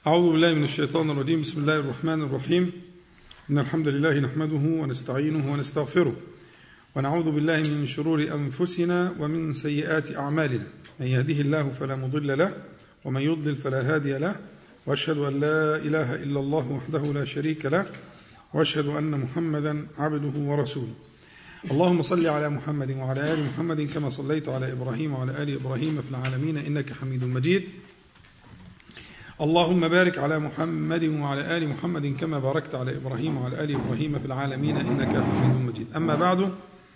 أعوذ بالله من الشيطان الرجيم. بسم الله الرحمن الرحيم. إن الحمد لله نحمده ونستعينه ونستغفره ونعوذ بالله من شرور أنفسنا ومن سيئات أعمالنا. من يهده الله فلا مضل له ومن يضلل فلا هادي له، وأشهد أن لا إله إلا الله وحده لا شريك له، وأشهد أن محمدا عبده ورسوله. اللهم صل على محمد وعلى آل محمد كما صليت على إبراهيم وعلى آل إبراهيم في العالمين إنك حميد مجيد. اللهم بارك على محمد وعلى آل محمد كما باركت على إبراهيم وعلى آل إبراهيم في العالمين إنك حميد مجيد. أما بعد،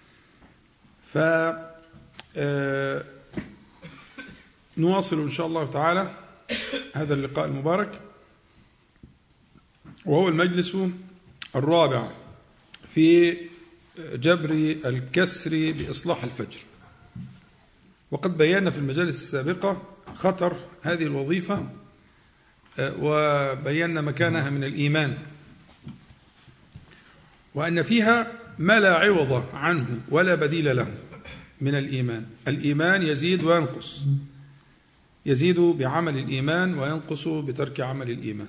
نواصل إن شاء الله تعالى هذا اللقاء المبارك، وهو المجلس الرابع في جبر الكسر بإصلاح الفجر. وقد بينا في المجالس السابقة خطر هذه الوظيفة، وبينا مكانها من الإيمان، وأن فيها ما لا عوض عنه ولا بديل له من الإيمان. الإيمان يزيد وينقص، يزيد بعمل الإيمان وينقص بترك عمل الإيمان.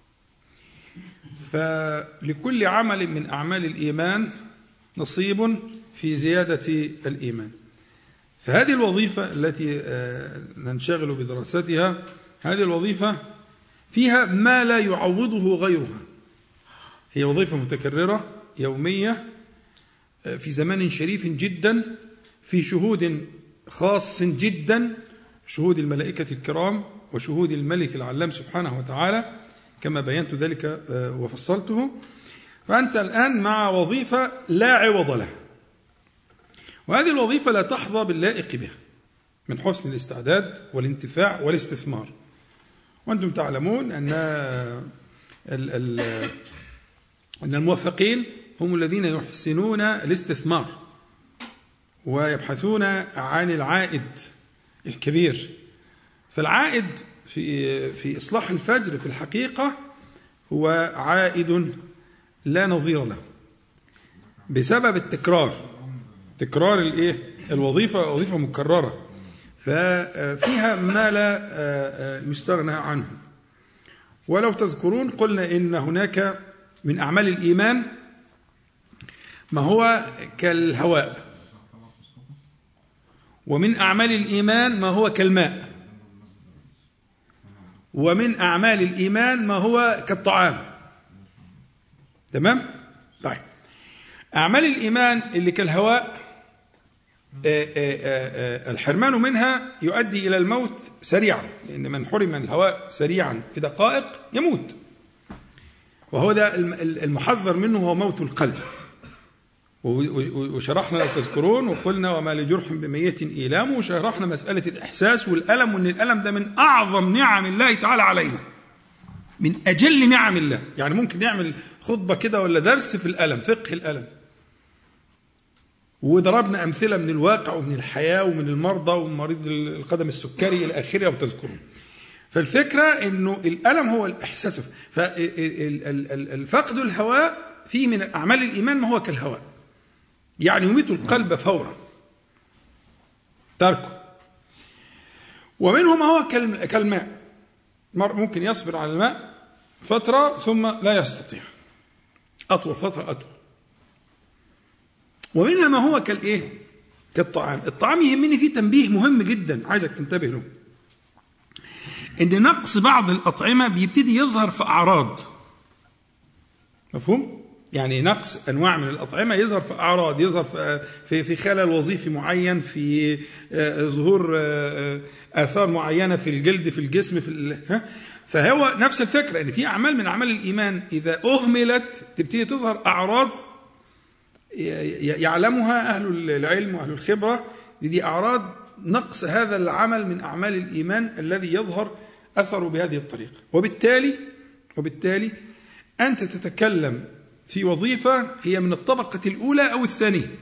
فلكل عمل من أعمال الإيمان نصيب في زيادة الإيمان. فهذه الوظيفة التي ننشغل بدراستها، هذه الوظيفة فيها ما لا يعوضه غيرها. هي وظيفة متكررة يومية في زمان شريف جدا، في شهود خاص جدا، شهود الملائكة الكرام وشهود الملك العلام سبحانه وتعالى، كما بينت ذلك وفصلته. فأنت الآن مع وظيفة لا عوض لها، وهذه الوظيفة لا تحظى باللائق بها من حسن الاستعداد والانتفاع والاستثمار. وأنتم تعلمون أن الموفقين هم الذين يحسنون الاستثمار ويبحثون عن العائد الكبير. فالعائد في إصلاح الفجر في الحقيقة هو عائد لا نظير له، بسبب تكرار الوظيفة، وظيفة مكررة، ففيها ما لا يستغنى عنه. ولو تذكرون قلنا إن هناك من أعمال الإيمان ما هو كالهواء، ومن أعمال الإيمان ما هو كالماء، ومن أعمال الإيمان ما هو كالطعام. تمام؟ طيب، أعمال الإيمان اللي كالهواء الحرمان منها يؤدي إلى الموت سريعا، لأن من حرم الهواء سريعا في دقائق يموت، وهو ده المحذر منه هو موت القلب. وشرحنا لو تذكرون وقلنا وما لجرح بميت إيلام، وشرحنا مسألة الإحساس والألم، وأن الألم ده من أعظم نعم الله تعالى علينا، من أجل نعم الله. يعني ممكن نعمل خطبة كده ولا درس في الألم، فقه الألم، وضربنا أمثلة من الواقع ومن الحياة ومن المرضى ومريض القدم السكري إلى آخره لو تذكرون. فالفكرة إنه الألم هو الإحساس. فالفقد الهواء فيه من أعمال الإيمان ما هو كالهواء، يعني يميت القلب فورا تركه. ومنه ما هو كالماء، ممكن يصبر على الماء فترة ثم لا يستطيع، أطول فترة أطول. ومنها ما هو كالطعام. الطعام يهمني فيه تنبيه مهم جدا عايزك تنتبه له، إن نقص بعض الأطعمة بيبتدي يظهر في أعراض. مفهوم؟ يعني نقص أنواع من الأطعمة يظهر في أعراض، يظهر في خلل وظيفي معين، في ظهور آثار معينة في الجلد، في الجسم، فهو نفس الفكرة، إن في أعمال من أعمال الإيمان إذا أهملت تبتدي تظهر أعراض يعلمها أهل العلم وأهل الخبرة. دي أعراض نقص هذا العمل من أعمال الإيمان الذي يظهر أثره بهذه الطريقة. وبالتالي أنت تتكلم في وظيفة هي من الطبقة الأولى أو الثانية.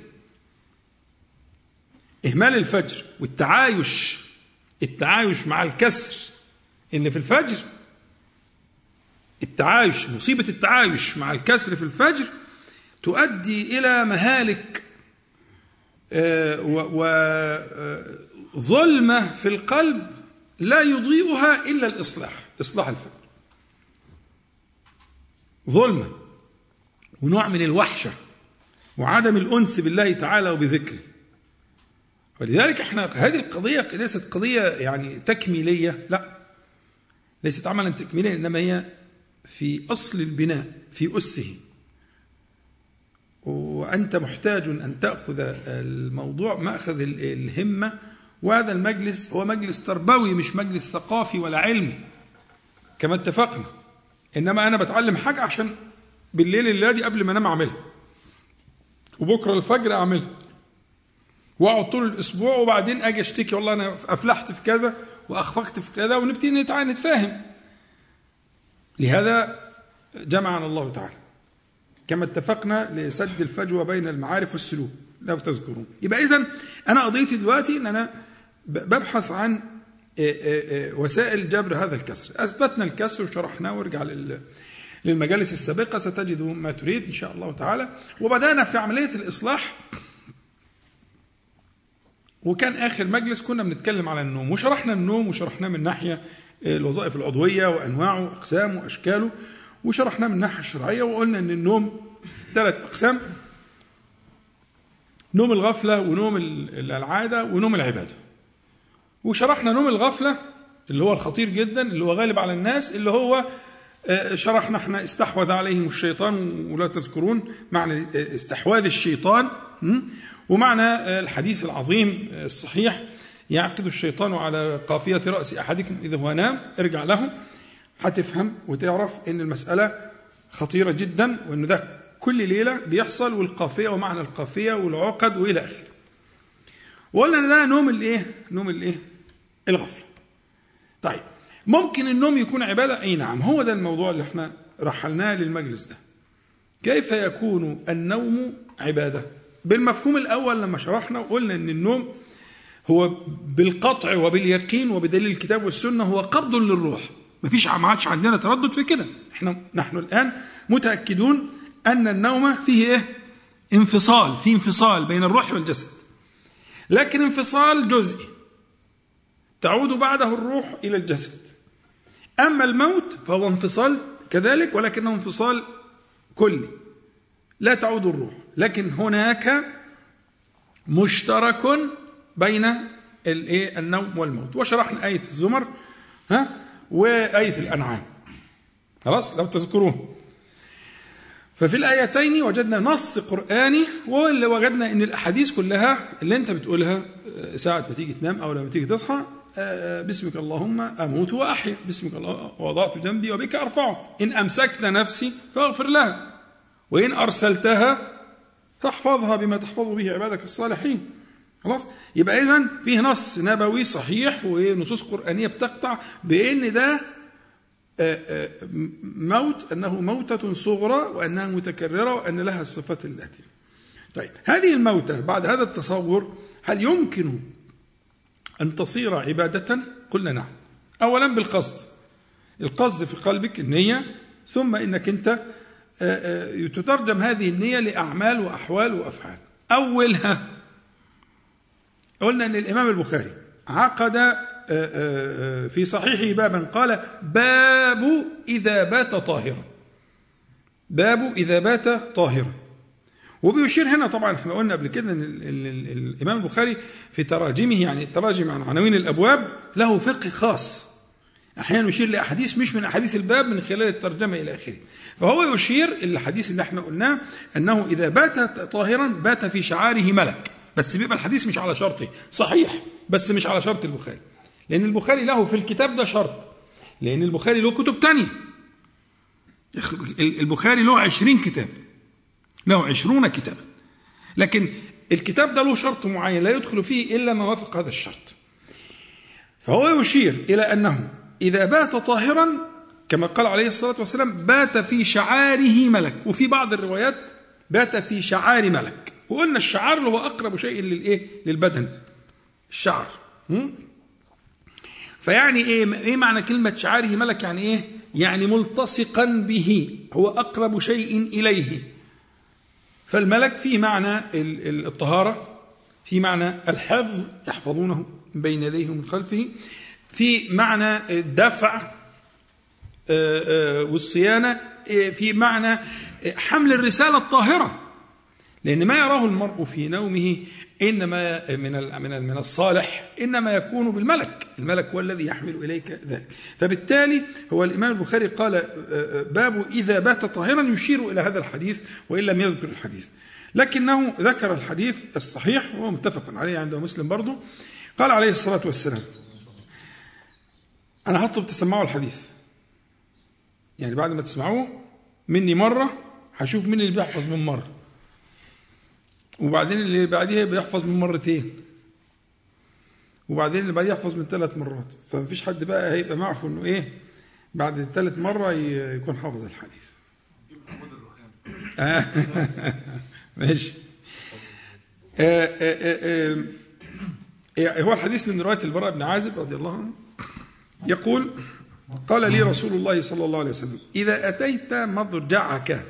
إهمال الفجر والتعايش مع الكسر اللي في الفجر، مصيبة التعايش مع الكسر في الفجر تؤدي إلى مهالك وظلمة في القلب لا يضيئها إلا إصلاح الفجر. ظلمة ونوع من الوحشة وعدم الأنس بالله تعالى وبذكره. ولذلك احنا هذه القضية ليست قضية يعني تكميلية، لا، ليست عملا تكميليا، إنما هي في أصل البناء، في أسه. وأنت محتاج أن تأخذ الموضوع مأخذ الهمة. وهذا المجلس هو مجلس تربوي مش مجلس ثقافي ولا علمي كما اتفقنا، إنما أنا بتعلم حاجة عشان بالليل الليلة قبل ما أنام أعملها، وبكرة الفجر أعملها، واقعد طول الأسبوع، وبعدين أجي أشتكي والله أنا أفلحت في كذا وأخفقت في كذا، ونبتدي نتفاهم. لهذا جمعنا الله تعالى كما اتفقنا لسد الفجوة بين المعارف والسلوك لو تذكرون. يبقى إذن أنا قضيتي دلوقتي أن أنا ببحث عن وسائل جبر هذا الكسر. أثبتنا الكسر وشرحناه، وارجع للمجالس السابقة ستجد ما تريد إن شاء الله تعالى. وبدأنا في عملية الإصلاح، وكان آخر مجلس كنا بنتكلم على النوم، وشرحنا النوم وشرحناه من ناحية الوظائف العضوية وأنواعه وأقسامه وأشكاله، وشرحناه من الناحية الشرعية، وقلنا أن النوم 3 أقسام: نوم الغفلة ونوم العادة ونوم العبادة. وشرحنا نوم الغفلة اللي هو الخطير جدا، اللي هو غالب على الناس، اللي هو شرحنا احنا استحوذ عليهم الشيطان، ولا تذكرون معنى استحواذ الشيطان، ومعنى الحديث العظيم الصحيح: يعقد الشيطان على قافية رأس أحدكم إذا هو نام. ارجع له هتفهم وتعرف ان المسألة خطيرة جدا، وان ده كل ليلة بيحصل، والقافية ومعنى القافية والعقد وإلى آخره. وقلنا ان ده نوم الايه الغفلة. طيب ممكن النوم يكون عبادة؟ أي نعم، هو ده الموضوع اللي احنا رحلناه للمجلس ده. كيف يكون النوم عبادة؟ بالمفهوم الأول لما شرحنا وقلنا ان النوم هو بالقطع وباليقين وبدليل الكتاب والسنة هو قبض للروح. ما عادش عندنا تردد في كده. نحن الآن متأكدون أن النوم فيه انفصال بين الروح والجسد، لكن انفصال جزئي تعود بعده الروح إلى الجسد. أما الموت فهو انفصال كذلك، ولكنه انفصال كلي لا تعود الروح، لكن هناك مشترك بين النوم والموت. وشرحنا آية الزمر وآية الأنعام، خلاص لو تذكرون. ففي الآيتين وجدنا نص قرآني، واللي وجدنا أن الأحاديث كلها اللي أنت بتقولها ساعة ما تيجي تنام أو لما تيجي تصحى: باسمك اللهم أموت وأحيا، باسمك اللهم وضعت جنبي وبك أرفعه، إن أمسكت نفسي فاغفر لها، وإن أرسلتها فاحفظها بما تحفظ به عبادك الصالحين. خلاص، يبقى إذن فيه نص نبوي صحيح ونصوص قرآنية بتقطع بأن ده موت، أنه موتة صغرى، وأنها متكررة، وأن لها الصفات الآتية. طيب هذه الموتة بعد هذا التصور هل يمكن أن تصير عبادة؟ قلنا نعم. أولا بالقصد، القصد في قلبك النية، ثم إنك أنت تترجم هذه النية لأعمال وأحوال وأفعال. أولها قلنا أن الإمام البخاري عقد في صحيحه بابا قال: باب إذا بات طاهرا، باب إذا بات طاهرا. وبيشير هنا، طبعا احنا قلنا قبل كده ان الإمام البخاري في تراجمه، يعني التراجم عن عناوين الأبواب، له فقه خاص، أحيانا يشير لأحاديث مش من أحاديث الباب من خلال الترجمة إلى آخره. فهو يشير الحديث اللي احنا قلناه أنه إذا بات طاهرا بات في شعاره ملك، بس بيبقى الحديث مش على شرطه، صحيح بس مش على شرط البخاري، لأن البخاري له في الكتاب ده شرط، لأن البخاري له كتب تانية. البخاري له 20 كتاب، له 20 كتابا، لكن الكتاب ده له شرط معين لا يدخل فيه إلا ما وافق هذا الشرط. فهو يشير إلى أنه إذا بات طاهرا كما قال عليه الصلاة والسلام بات في شعاره ملك، وفي بعض الروايات بات في شعار ملك. وقلنا الشعار هو أقرب شيء للبدن، الشعر. فيعني إيه معنى كلمة شعاره ملك؟ يعني إيه؟ يعني ملتصقا به، هو أقرب شيء إليه. فالملك فيه معنى الطهارة، في معنى الحفظ، يحفظونه من بين يديه ومن خلفه، في معنى الدفع، والصيانة في معنى حمل الرسالة الطاهرة، لأن ما يراه المرء في نومه إنما من الصالح إنما يكون بالملك، الملك هو الذي يحمل إليك ذلك. فبالتالي هو الإمام البخاري قال باب إذا بات طاهرا، يشير إلى هذا الحديث وإن لم يذكر الحديث، لكنه ذكر الحديث الصحيح وهو متفق عليه عند مسلم برضه. قال عليه الصلاة والسلام، أنا هطلب تسمعوا الحديث، يعني بعد ما تسمعوه مني مرة هشوف مين اللي بيحفظ من مرة، وبعدين اللي بعديها بيحفظ من مرتين، وبعدين اللي بعديه يحفظ من 3 مرات، فمفيش حد بقى هيبقى معه انه ايه بعد الثالث مرة يكون حافظ الحديث. ماشي. هو الحديث من رواية البراء بن عازب رضي الله عنه يقول قال لي رسول الله صلى الله عليه وسلم إذا أتيت مضجعك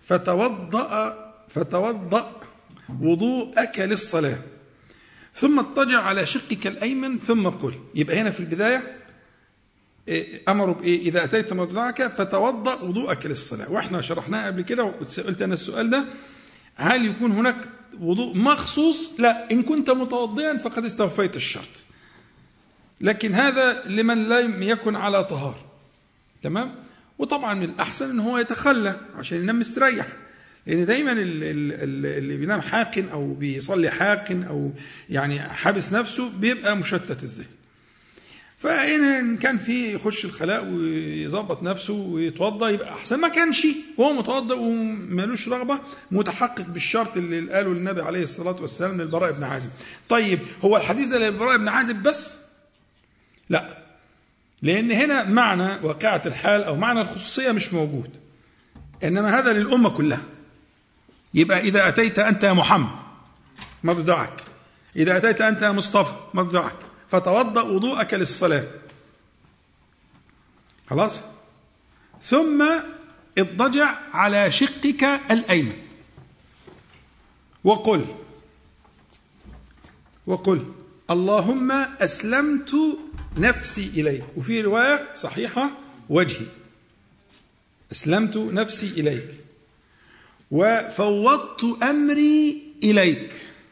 فتوضأ وضوءك للصلاة ثم اضطجع على شقك الأيمن ثم قل. يبقى هنا في البداية أمروا بإيه؟ إذا أتيت مضجعك فتوضأ وضوءك للصلاة، وإحنا شرحناها قبل كده وسألت أنا السؤال ده، هل يكون هناك وضوء مخصوص؟ لا، إن كنت متوضئا فقد استوفيت الشرط، لكن هذا لمن لم يكن على طهارة. تمام؟ وطبعا من الأحسن إن هو يتخلى عشان ينام مستريح، لأن دايما اللي بينام حاقن أو بيصلي حاقن أو يعني حابس نفسه بيبقى مشتت الذهن. فإن كان في يخش الخلاء ويظبط نفسه ويتوضأ يبقى أحسن، ما كانش وهو متوضأ ومالوش رغبة متحقق بالشرط اللي قاله للنبي عليه الصلاة والسلام للبراء بن عازب. طيب هو الحديث ده للبراء بن عازب بس؟ لا، لأن هنا معنى واقعة الحال أو معنى الخصوصية مش موجود، إنما هذا للأمة كلها. يبقى إذا أتيت أنت يا محمد مضجعك، إذا أتيت أنت يا مصطفى مضجعك فتوضأ وضوءك للصلاة، خلاص، ثم اضطجع على شقك الأيمن وقل اللهم أسلمت نفسي إليك، وفي رواية صحيحة وجهي، أسلمت نفسي إليك وفوضت أمري إليك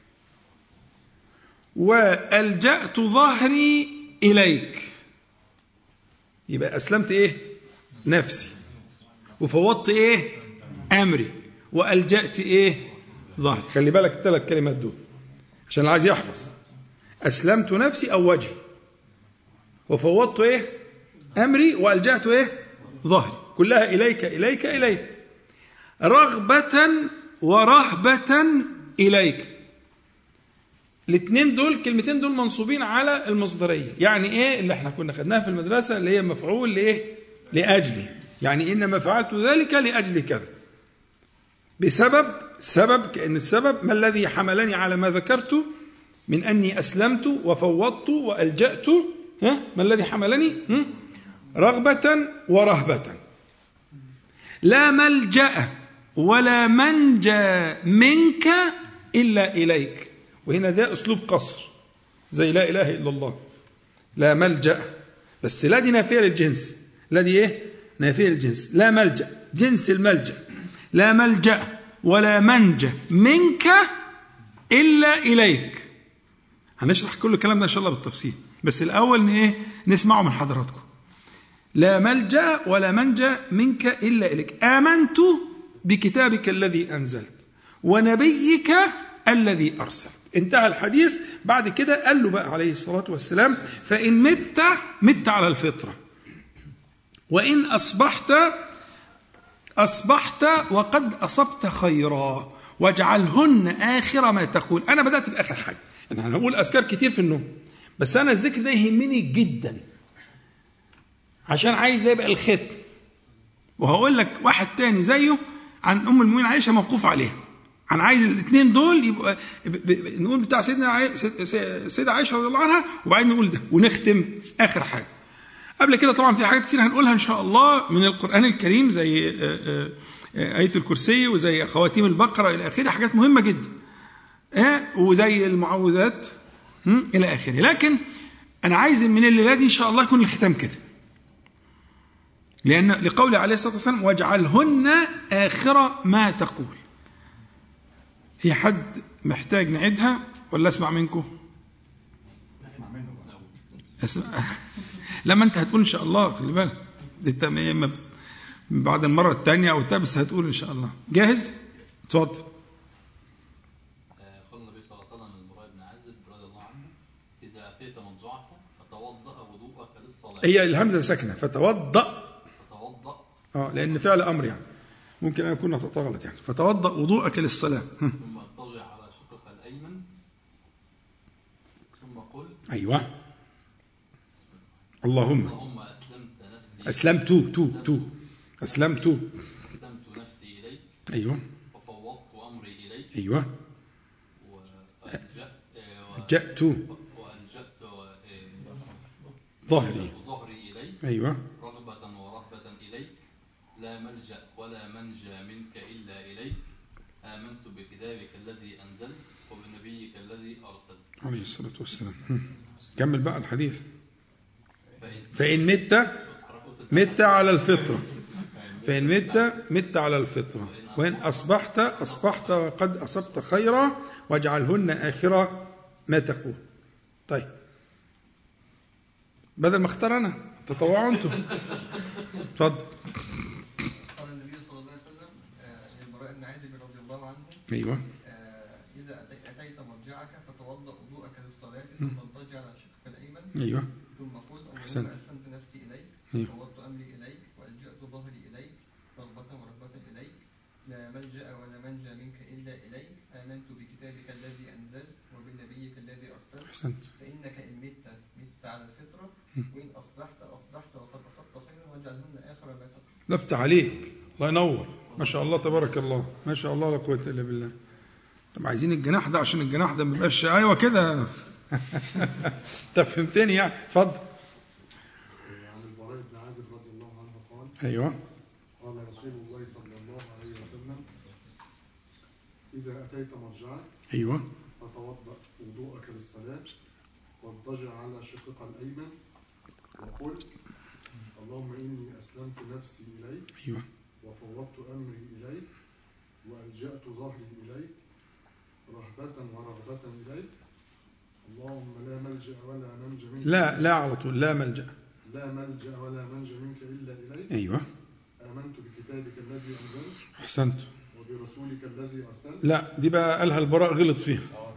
وألجأت ظهري إليك. يبقى أسلمت إيه؟ نفسي، وفوضت إيه؟ أمري، وألجأت إيه؟ ظهري. خلي بالك الثلاث كلمات دول عشان اللي عايز يحفظ. أسلمت نفسي أو وجهي، وفوضت إيه؟ أمري، وألجأت إيه؟ ظهري، كلها إليك إليك إليك، رغبة ورهبة إليك. الاثنين دول كلمتين دول منصوبين على المصدرية. يعني ايه اللي احنا كنا خدناها في المدرسة اللي هي مفعول لايه؟ لأجلي، يعني إنما فعلت ذلك لأجل كذا، سبب كأن السبب ما الذي حملني على ما ذكرت من أني أسلمت وفوضت وألجأت، ما الذي حملني؟ رغبة ورهبة. لا ملجأ ولا منجى منك إلا إليك، وهنا ده أسلوب قصر زي لا إله إلا الله. لا ملجأ، بس لا دي نافية للجنس، لا دي إيه؟ نافية للجنس. لا ملجأ جنس الملجأ، لا ملجأ ولا منجى منك إلا إليك. هنشرح كل الكلام ده إن شاء الله بالتفصيل، بس الأول إيه؟ نسمعه من حضراتكم. لا ملجأ ولا منجى منك إلا إليك، آمنت بكتابك الذي أنزلت ونبيك الذي أرسلت. انتهى الحديث. بعد كده قال له بقى عليه الصلاة والسلام فإن مت على الفطرة، وإن أصبحت وقد أصبت خيرا، واجعلهن آخر ما تقول. أنا بدأت بآخر حاجة، أنا هنقول أذكار كتير في النوم، بس أنا الذكر ده يهمني جدا عشان عايز ده يبقى الختم. وهقول لك واحد تاني زيه عن أم المؤمنين عائشة موقوف عليها. أنا عايز الاثنين دول يبقى نقول بتاع سيدة عائشة رضي الله عنها، وبعدين نقول ده ونختم آخر حاجة. قبل كده طبعا في حاجات كتير هنقولها إن شاء الله من القرآن الكريم، زي آية الكرسي وزي خواتيم البقرة إلى آخره، حاجات مهمة جدا، وزي المعوذات إلى آخره. لكن أنا عايز من الليلة دي إن شاء الله يكون الختام كده. لأن لقوله عليه الصلاة والسلام واجعلهن آخر ما تقول. في حد محتاج نعيدها ولا أسمع منكم؟ أسمع. لما أنت هتقول إن شاء الله، خلي بالك بعد المرة الثانية أو الثالثة هتقول إن شاء الله. جاهز؟ اتفضل. قال النبي صلى الله عليه وسلم للبراء بن عازب رضي الله عنه: إذا أتيت مضجعك فتوضأ وضوءك للصلاة. هي الهمزة ساكنة، فتوضأ. لأن فعل أمر يعني ممكن أن يكون غلط يعني. فتوضأ وضوءك للصلاة. ثم اضطجع على شقك الأيمن ثم قل: أيوة. اللهم أسلمت نفسي إليك. أيوة. وفوضت أمري إليك. أيوة. وألجأت ظهري إليك. أيوة. رغبة ورهبة إليك. لا ملجأ ولا منجى منك إلا إليك. آمنت بكتابك الذي أنزلت وبنبيك الذي أرسلت عليه الصلاة والسلام. كمل بقى الحديث. فإن مت على الفطرة. فإن مت على الفطرة، وإن أصبحت وقد أصبت خيرا، واجعلهن آخر ما تقول. طيب بدل ما اختار أنا تطوعوا أنتم. اتفضل. قال النبي صلى الله عليه وسلم للبراء بن عازب رضي الله عنه: أيوة. إذا أتيت مضجعك فتوضأ وضوءك للصلاة ثم اضطجع على شقك الأيمن. أيوة. ثم قل: اللهم أسلمت نفسي إليك وفوضت أمري إليك وألجأت ظهري إليك رغبة ورهبة إليك. لا ملجأ ولا منجى منك إلا إليك. آمنت بكتابك الذي أنزلت وبنبيك الذي أرسلت. أحسنت. فإنك إن مت على الفطرة، وإن أصبحت وقد أصبت خيرا، واجعلهن آخر ما تقول. لفت عليك، الله ينور، ما شاء الله تبارك الله، ما شاء الله لا قوة إلا بالله. طب عايزين الجناح ده عشان الجناح ده ما يبقاش ايوه كده. انت فهمتني يعني. اتفضل. عن البراء بن عازب رضي الله عنه قال: ايوه. قال رسول الله صلى الله عليه وسلم: إذا أتيت مرجعك ايوه فتوضأ وضوءك للصلاة واضطجع على شقك الأيمن وقل: اللهم إني أسلمت نفسي إليك. ايوه. وفوضت أمري إليك وألجأت ظهري إليك رهبة ورغبة إليك. اللهم لا ملجأ ولا منجى منك. لا على طول. لا ملجأ ولا منجى منك إلا إليك. ايوه. آمنت بكتابك الذي أنزلت. احسنت. وبرسولك الذي أرسلت. لا دي بقى قالها البراء غلط فيها.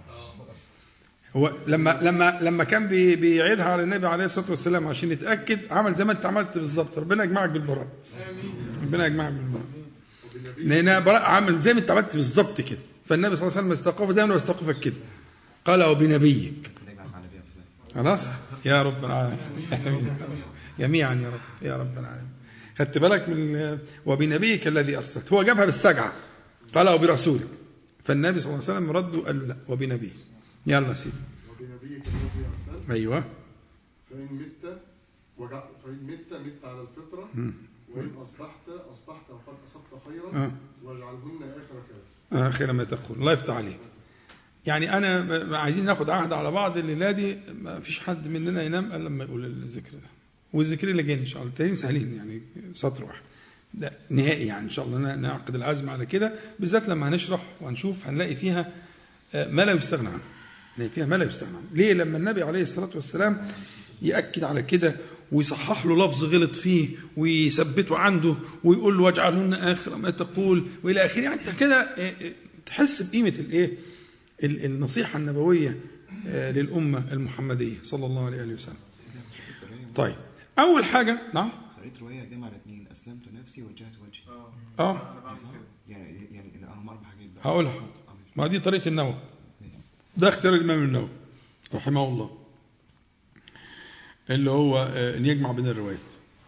هو لما كان بيعيدها على النبي عليه الصلاة والسلام عشان يتأكد، عمل زي ما انت عملت بالظبط. ربنا يجمعك بالبراء. ربنا يجمعك بالبراء. لأن براء عمل زي ما انت عملت بالظبط كده. فالنبي صلى الله عليه وسلم استوقفه زي ما انا بستوقفك كده. قال: وبنبيك. خلاص يا رب العالمين. جميعا يا رب يا رب العالمين. خدت بالك من وبنبيك الذي أرسلت. هو جابها بالسجعة، قال: وبرسولك. فالنبي صلى الله عليه وسلم رد وقال له: لا وبنبيك. يلا سيدي. وبنبيك الذي أرسلت. أيوة. فإن مت على الفطرة، وإن أصبحت وقد أصبت خيرا، واجعلهن آخر ما تقول. الله يفتح عليك. يعني أنا عايزين ناخد عهد على بعض الليلة دي، ما فيش حد مننا ينام إلا لما يقول الذكر ده، والذكر اللي جاي إن شاء الله التانيين سهلين يعني، سطر واحد ده نهائي يعني. إن شاء الله نعقد العزم على كده، بالذات لما هنشرح وهنشوف هنلاقي فيها ما لا يستغنى عنه. فيها ما لا يستغنى عنه. ليه؟ لما النبي عليه الصلاة والسلام يأكد على كده ويصحح له لفظ غلط فيه ويثبته عنده ويقول له: واجعلهن آخر ما تقول وإلى آخره. يعني أنت كده تحس بقيمة الإيه؟ النصيحة النبوية للأمة المحمدية صلى الله عليه وسلم. طيب أول حاجة، نعم. قريت رواية جمع على 2: أسلمت نفسي وجهت وجهي. يعني هم 4 حاجات. هقولها حاضر. ما دي طريقة النووي، ده اختيار الإمام النووي رحمه الله، اللي هو أن يجمع بين الروايات.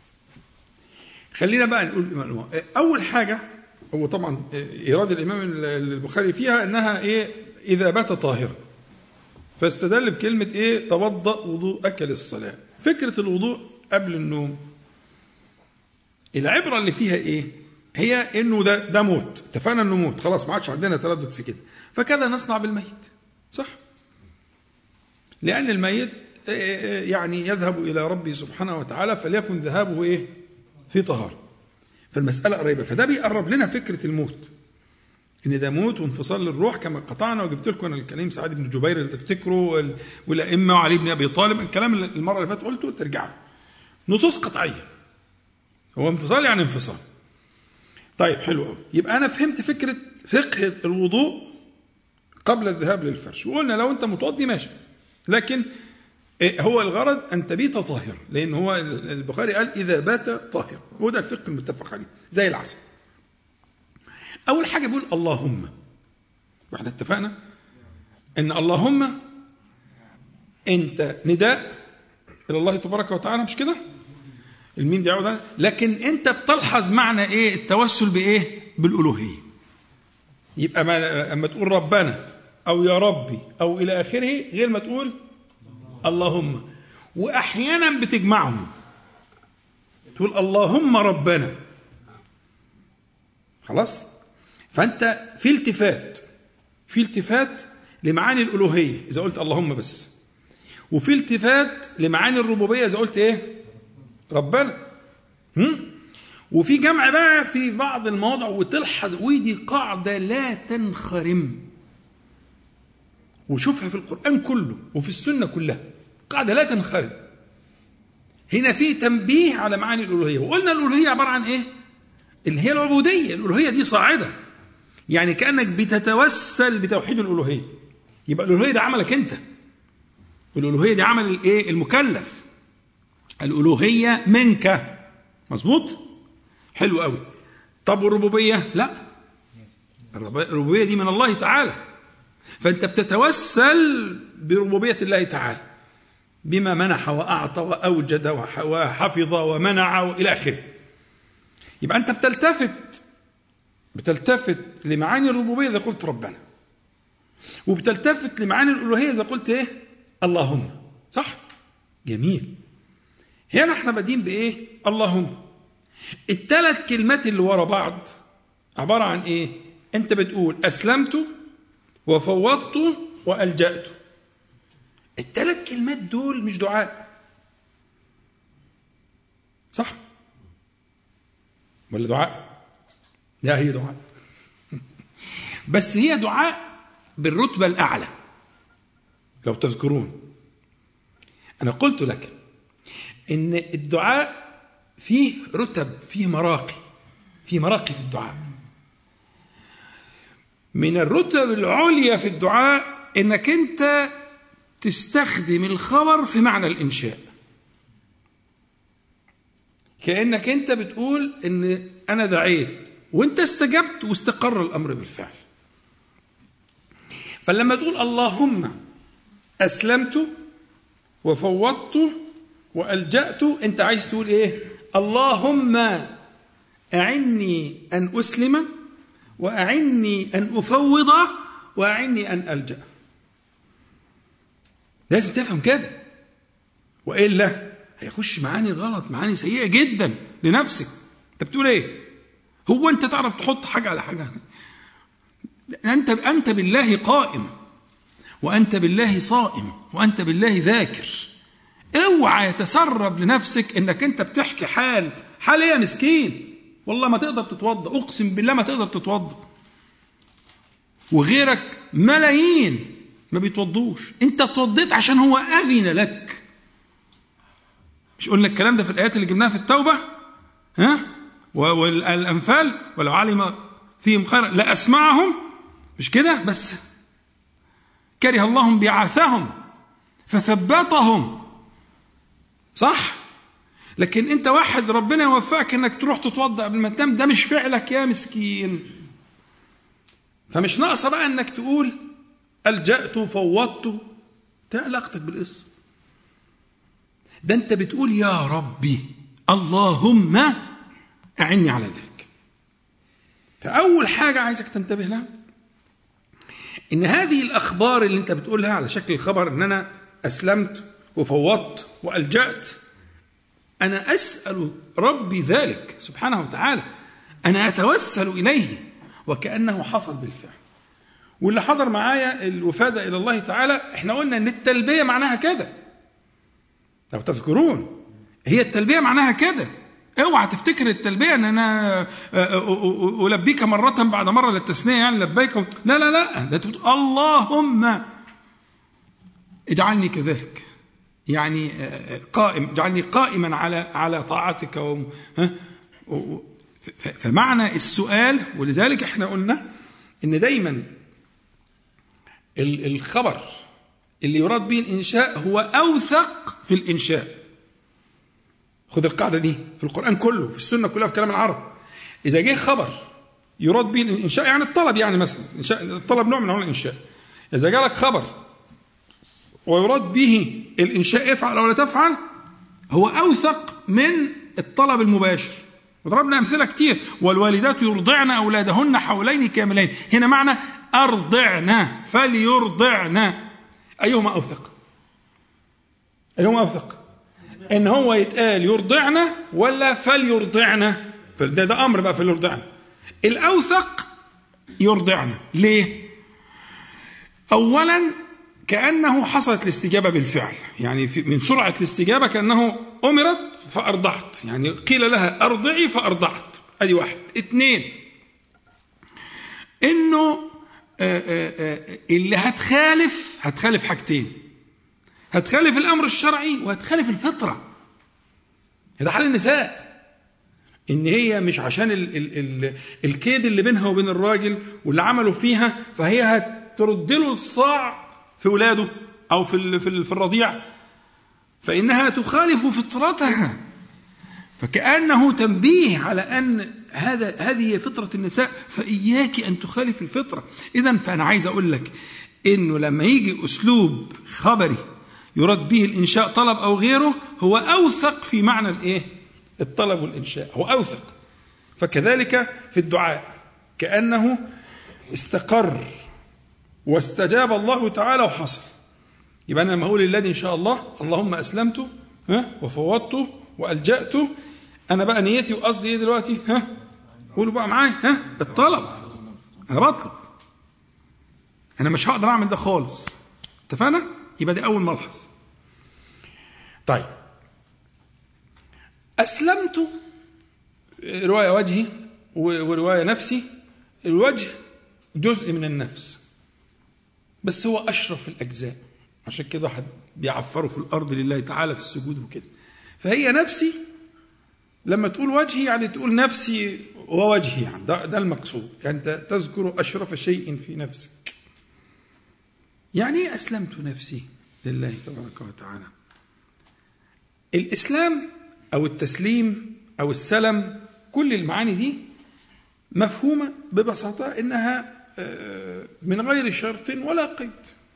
خلينا بقى نقول أول حاجة، هو طبعا إيراد الإمام البخاري فيها أنها إيه؟ إذا بات طاهرا، فاستدل بكلمة إيه؟ توضأ وضوءك للصلاة. فكرة الوضوء قبل النوم، العبرة اللي فيها إيه؟ هي إنه ده موت، اتفقنا إنه موت، خلاص ما عادش عندنا تردد في كده. فكذا نصنع بالميت، صح؟ لأن الميت يعني يذهب إلى ربه سبحانه وتعالى، فليكن ذهابه إيه؟ في طهارة، فالمسألة قريبة. فده بيقرب لنا فكرة الموت، إن ده موت وانفصال للروح كما قطعنا. وجبت لكم الكلام سعيد بن جبير اللي تفتكروا، والأئمة وعلي بن أبي طالب، الكلام المرة اللي فاتت قلته ترجعوا، نصوص قطعية. هو انفصال يعني انفصال. طيب حلو قوي. يبقى أنا فهمت فكرة فقه الوضوء قبل الذهاب للفرش، وقلنا لو أنت متوضي ماشي، لكن هو الغرض أن تبيت طاهر، لأن هو البخاري قال إذا بات طاهر، وده الفقه المتفق عليه زي العسل. أول حاجة بيقول اللهم، واحنا اتفقنا إن اللهم أنت نداء إلى الله تبارك وتعالى، مش كده؟ الميم دي عودة، لكن أنت بتلحظ معنى إيه التوسل بإيه؟ بالألوهية. يبقى أما تقول ربنا أو يا ربي أو إلى آخره غير ما تقول اللهم. وأحيانا بتجمعهم تقول اللهم ربنا، خلاص. فأنت في التفات لمعاني الألوهية إذا قلت اللهم بس، وفي التفات لمعاني الربوبية إذا قلت إيه؟ ربنا. وفي جمع بقى في بعض المواضع، وتلحظ ودي قاعدة لا تنخرم، وشوفها في القرآن كله وفي السنة كلها، قاعدة لا تنخرم. هنا في تنبيه على معاني الألوهية، وقلنا الألوهية عبارة عن إيه؟ اللي هي العبودية. الألوهية دي صاعدة، يعني كأنك بتتوسل بتوحيد الألوهية. يبقى الألوهية ده عملك أنت، والألوهية دي عمل الإيه؟ المكلف. الألوهية منك، مظبوط؟ حلو قوي. طب والربوبية؟ لا، الربوبية دي من الله تعالى، فأنت بتتوسل بربوبية الله تعالى بما منح وأعطى وأوجد وحفظ ومنع إلى آخره. يبقى أنت بتلتفت لمعاني الربوبية إذا قلت ربنا، وبتلتفت لمعاني الألوهية إذا قلت إيه؟ اللهم. صح؟ جميل. هنا احنا بادين بإيه؟ اللهم. الثلاث كلمات اللي ورا بعض عبارة عن إيه؟ أنت بتقول أسلمت وفوضت وألجأت. الثلاث كلمات دول مش دعاء، صح؟ ولا دعاء؟ لا، هي دعاء بس هي دعاء بالرتبة الأعلى. لو تذكرون أنا قلت لك إن الدعاء فيه رتب، فيه مراقي في الدعاء. من الرتب العليا في الدعاء إنك أنت تستخدم الخبر في معنى الإنشاء، كأنك أنت بتقول إن أنا دعيت وأنت استجبت واستقر الأمر بالفعل. فلما تقول اللهم أسلمت وفوضت وألجأت، أنت عايز تقول إيه؟ اللهم أعني أن أسلم، وأعني أن أفوض، وأعني أن ألجأ. لازم تفهم كده، وإلا هيخش معاني غلط، معاني سيئة جدا لنفسك. أنت بتقول إيه؟ هو أنت تعرف تحط حاجة على حاجة؟ أنت بالله قائم، وأنت بالله صائم، وأنت بالله ذاكر. اوعى يتسرب لنفسك انك انت بتحكي حال ايه يا مسكين، والله ما تقدر تتوضا، اقسم بالله ما تقدر تتوضا، وغيرك ملايين ما بيتوضوش. انت اتوضيت عشان هو اذن لك. مش قلنا الكلام ده في الايات اللي جبناها في التوبه والانفال؟ ولو علم فيهم خيرا لاسمعهم، مش كده؟ بس كره الله بعاثهم فثبتهم، صح؟ لكن انت واحد ربنا يوفقك انك تروح تتوضا قبل ما تنام، ده مش فعلك يا مسكين. فمش ناقصه بقى انك تقول ألجأت فوضت. ده علاقتك بالقصه. ده انت بتقول يا ربي اللهم أعني على ذلك. فأول حاجة عايزك تنتبه لها إن هذه الأخبار اللي أنت بتقولها على شكل الخبر، إن أنا أسلمت وفوضت وألجأت، أنا أسأل ربي ذلك سبحانه وتعالى، أنا أتوسل إليه وكأنه حصل بالفعل. واللي حضر معايا الوفادة إلى الله تعالى، إحنا قلنا إن التلبية معناها كده، لو تذكرون هي التلبية معناها كده، اوعى تفتكر التلبية ان انا ألبيك مرة بعد مرة للتثنية، يعني لبيك لا لا لا، ده تقول اللهم اجعلني كذلك، يعني اجعلني قائما على طاعتك. فمعنى السؤال، ولذلك احنا قلنا ان دايما الخبر اللي يراد به الإنشاء هو أوثق في الإنشاء. خد القاعدة دي في القرآن كله، في السنة كلها، في كلام العرب. إذا جه خبر يراد به الإنشاء، يعني الطلب، يعني مثلا الطلب نوع من أنواع الإنشاء. إذا جاء لك خبر ويراد به الإنشاء افعل أو لا تفعل، هو أوثق من الطلب المباشر. وضربنا أمثلة كتير، والوالدات يرضعن أولادهن حولين كاملين. هنا معنى أرضعن فليرضعن، أيهما أوثق؟ أيهما أوثق؟ إن هو يتقال يرضعن ولا فليرضعن؟ ده أمر بقى، فليرضعن. الأوثق يرضعن. ليه؟ أولا كأنه حصلت الاستجابة بالفعل، يعني من سرعة الاستجابة كأنه أمرت فأرضعت، يعني قيل لها أرضعي فأرضعت. أدي واحد. اثنين، إنه اللي هتخالف حاجتين، هتخالف الأمر الشرعي وهتخالف الفطرة. هذا حال النساء، إن هي مش عشان الكيد اللي بينها وبين الراجل واللي عملوا فيها، فهي هترد له الصاع في ولاده أو في الرضيع، فإنها تخالف فطرتها. فكأنه تنبيه على أن هذه هي فطرة النساء، فإياك أن تخالف الفطرة. إذن فأنا عايز أقول لك إنه لما يجي أسلوب خبري يراد به الإنشاء، طلب أو غيره، هو أوثق في معنى الإيه؟ الطلب والإنشاء، هو أوثق. فكذلك في الدعاء، كأنه استقر واستجاب الله تعالى وحصل. يبقى أنا لما أقول للذي إن شاء الله اللهم أسلمت وفوضت وألجأت، أنا بقى نيتي وقصدي إيه دلوقتي؟ قولوا بقى معايا، الطلب. أنا بطلب، أنا مش هقدر أعمل ده خالص. اتفقنا؟ يبقى دي أول ملحظ. طيب، أسلمت رواية وجهي ورواية نفسي. الوجه جزء من النفس، بس هو أشرف الأجزاء، عشان كده واحد بيعفروا في الأرض لله تعالى في السجود وكده. فهي نفسي، لما تقول وجهي يعني تقول نفسي ووجهي، يعني ده المقصود، يعني أنت تذكر أشرف شيء في نفسك. يعني أسلمت نفسي لله تبارك وتعالى. الإسلام أو التسليم أو السلم، كل المعاني دي مفهومة ببساطة إنها من غير شرط ولا قيد.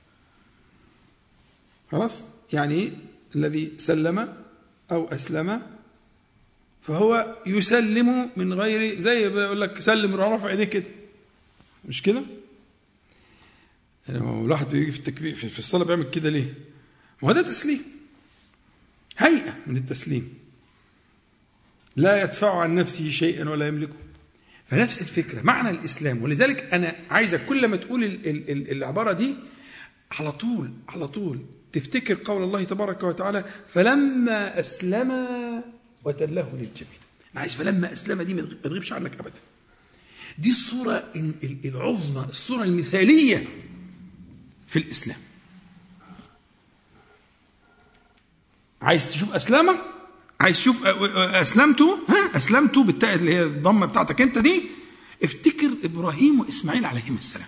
خلاص؟ يعني الذي سلم أو أسلم فهو يسلم من غير، زي بيقول لك سلم رفع ايديه كده، مش كده؟ يعني الواحد بيجي في التكبير في الصلاة بيعمل كده ليه؟ ما هو ده تسليم، هيئة من التسليم، لا يدفع عن نفسه شيئا ولا يملكه. فنفس الفكرة معنى الإسلام. ولذلك أنا عايزك كل ما تقول العبارة دي على طول تفتكر قول الله تبارك وتعالى فلما أسلم وتله للجبين. أنا عايز فلما أسلم دي ما تغيبش عنك أبدا. دي الصورة العظمى، الصورة المثالية في الإسلام. عايز تشوف أسلامة، عايز تشوف أسلمته بالتاء اللي هي الضمة بتاعتك أنت دي، افتكر إبراهيم وإسماعيل عليهما السلام.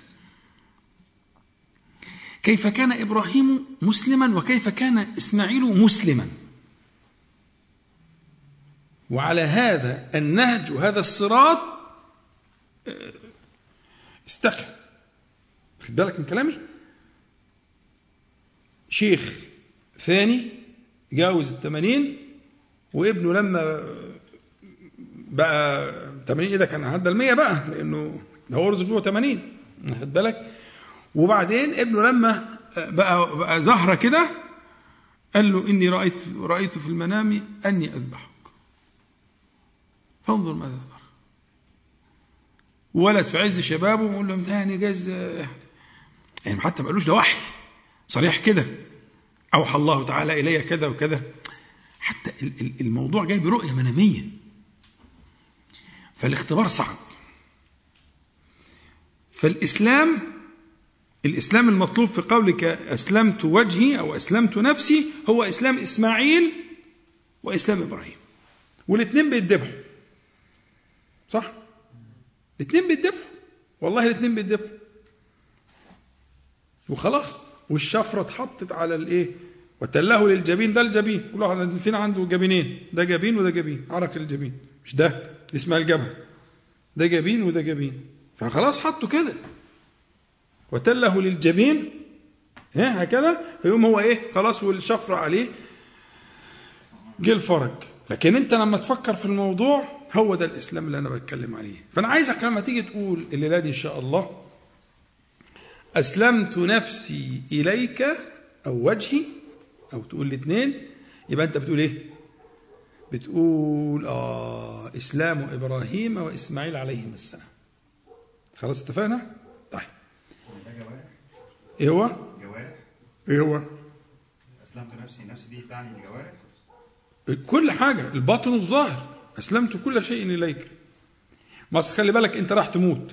كيف كان إبراهيم مسلما وكيف كان إسماعيل مسلما، وعلى هذا النهج وهذا الصراط استقم. خد بالك من كلامي. شيخ ثاني جاوز 80 وابنه لما بقى 80 إذا كان عدى 100 بقى، لأنه ده هو رزقه 80. خد بالك. وبعدين ابنه لما بقى زهرة كده قال له إني رأيت في المنام أني أذبحك فانظر ماذا ترى. ولد في عز شبابه بيقول له يعني جاز، يعني حتى ما قالوش ده وحي صريح كده أوحى الله تعالى إلي كذا وكذا، حتى الموضوع جاي برؤية منامية. فالاختبار صعب. فالإسلام المطلوب في قولك أسلمت وجهي أو أسلمت نفسي هو إسلام إسماعيل وإسلام إبراهيم، والاثنين بيتذبحوا، صح؟ الاثنين بيتذبحوا، والله الاثنين بيتذبحوا وخلاص، والشفرة اتحطت على الايه، وتله للجبين، ده الجبين، كل واحد فينا عنده جبينين، ده جبين وده جبين، عرق الجبين، مش ده اسمها الجبهة، ده جبين وده جبين، فخلاص حطوا كده وتله للجبين هكذا، فيقوم هو ايه خلاص والشفرة عليه جه الفرج. لكن انت لما تفكر في الموضوع هو ده الاسلام اللي انا بتكلم عليه. فانا عايزك لما تيجي تقول الليله دي ان شاء الله اسلمت نفسي اليك او وجهي، او تقول الاثنين، يبقى انت بتقول ايه؟ بتقول اسلام ابراهيم واسماعيل عليهما السلام. خلاص اتفقنا؟ طيب ايه هو؟ جوارح. ايه هو؟ اسلمت نفسي دي تعني الجوارح، كل حاجه، الباطن والظاهر، اسلمت كل شيء اليك. بس خلي بالك انت راح تموت،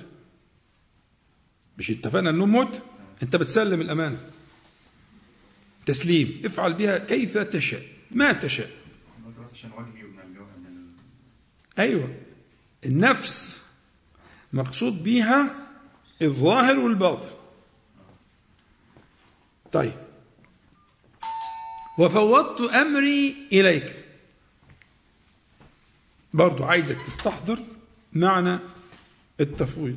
مش اتفقنا انه موت؟ انت بتسلم الامانه تسليم، افعل بها كيف تشاء ما تشاء. بس عشان وجهي من الجوهر من ايوه، النفس مقصود بها الظاهر والباطن. طيب وفوضت امري اليك، برضو عايزك تستحضر معنى التفويض.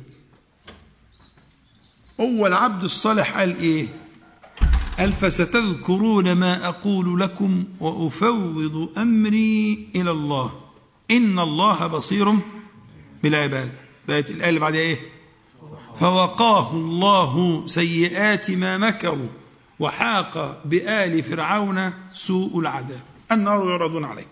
هو العبد الصالح قال ايه؟ قال فستذكرون ما اقول لكم وافوض امري الى الله ان الله بصير بالعباد. بقت الايه اللي بعدها ايه؟ فوقاه الله سيئات ما مكروا وحاق بآل فرعون سوء العذاب النار يعرضون عليه.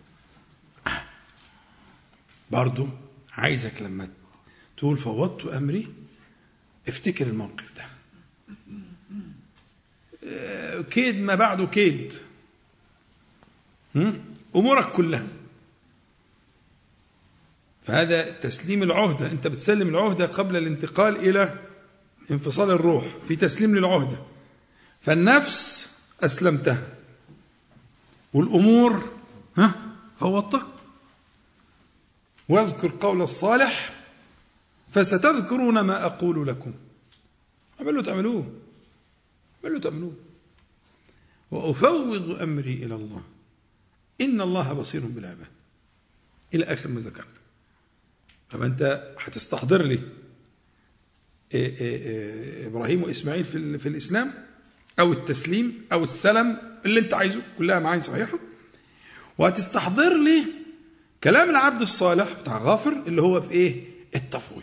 برضو عايزك لما تقول فوضت أمري افتكر الموقف ده، كيد ما بعده كيد، أمورك كلها، فهذا تسليم العهدة. أنت بتسلم العهدة قبل الانتقال إلى انفصال الروح، في تسليم للعهدة. فالنفس أسلمتها والأمور فوضتها. واذكر قول الصالح فستذكرون ما أقول لكم. عملوا تعملوه وأفوض أمري إلى الله إن الله بصير بالعباد إلى آخر ما ذكرنا. فما أنت هتستحضر لي إبراهيم وإسماعيل في الإسلام أو التسليم أو السلم اللي أنت عايزه، كلها معاني صحيحة، وهتستحضر لي كلام العبد الصالح بتاع غافر اللي هو في إيه؟ التفويض.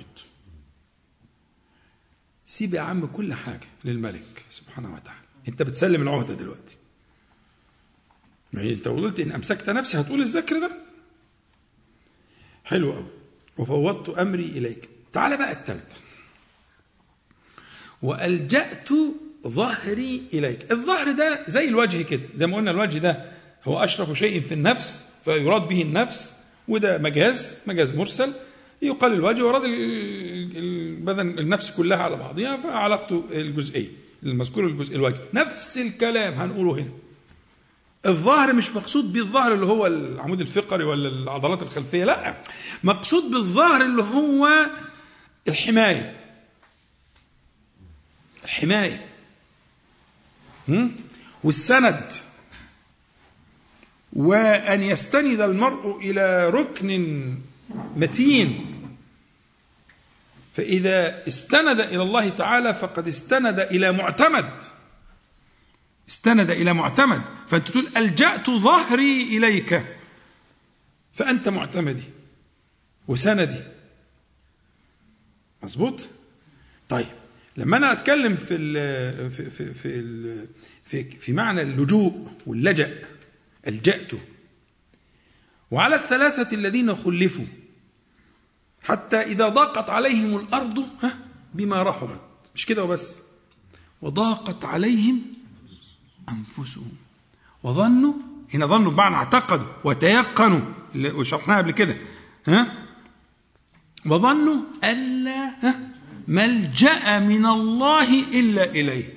سيب يا عم كل حاجة للملك سبحانه وتعالى. أنت بتسلم العهدة دلوقتي، ما هي أنت قلت إن أمسكت نفسي هتقول الذكر ده حلو قوي. وفوضت أمري إليك. تعال بقى الثالثة، وألجأت ظهري إليك. الظهر ده زي الوجه كده، زي ما قلنا الوجه ده هو أشرف شيء في النفس فيراد به النفس، وده مجاز مرسل يقال الوجه، وراد البدن النفس كلها على بعضها، فعلاقته الجزئية المذكور الوجه. نفس الكلام هنقوله هنا. الظهر مش مقصود بالظهر اللي هو العمود الفقري ولا العضلات الخلفية، لا، مقصود بالظهر اللي هو الحماية والسند، وأن يستند المرء إلى ركن متين. فإذا استند إلى الله تعالى فقد استند إلى معتمد. فأنت تقول ألجأت ظهري إليك، فأنت معتمدي وسندي. مظبوط؟ طيب لما أنا أتكلم في معنى اللجوء واللجأ، ألجأت. وعلى الثلاثة الذين خلفوا حتى إذا ضاقت عليهم الأرض بما رحبت، مش كده وبس، وضاقت عليهم أنفسهم وظنوا، هنا ظنوا بمعنى اعتقدوا وتيقنوا اللي شرحناها قبل كده، وظنوا ألا ملجأ من الله إلا إليه.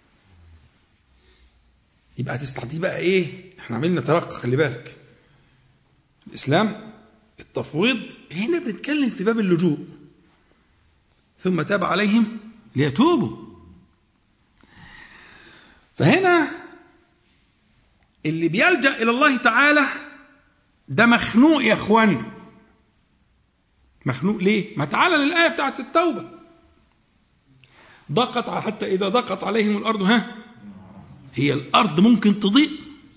يبقى هتستعدي بقى إيه؟ إحنا عملنا ترقى، خلي بالك. الإسلام التفويض هنا بنتكلم في باب اللجوء. ثم تاب عليهم ليتوبوا. فهنا اللي بيلجأ إلى الله تعالى ده مخنوق يا أخوان. مخنوق ليه؟ ما تعالى للآية بتاعت التوبة. ضاقت حتى إذا ضاقت عليهم الأرض هي الأرض ممكن تضيق.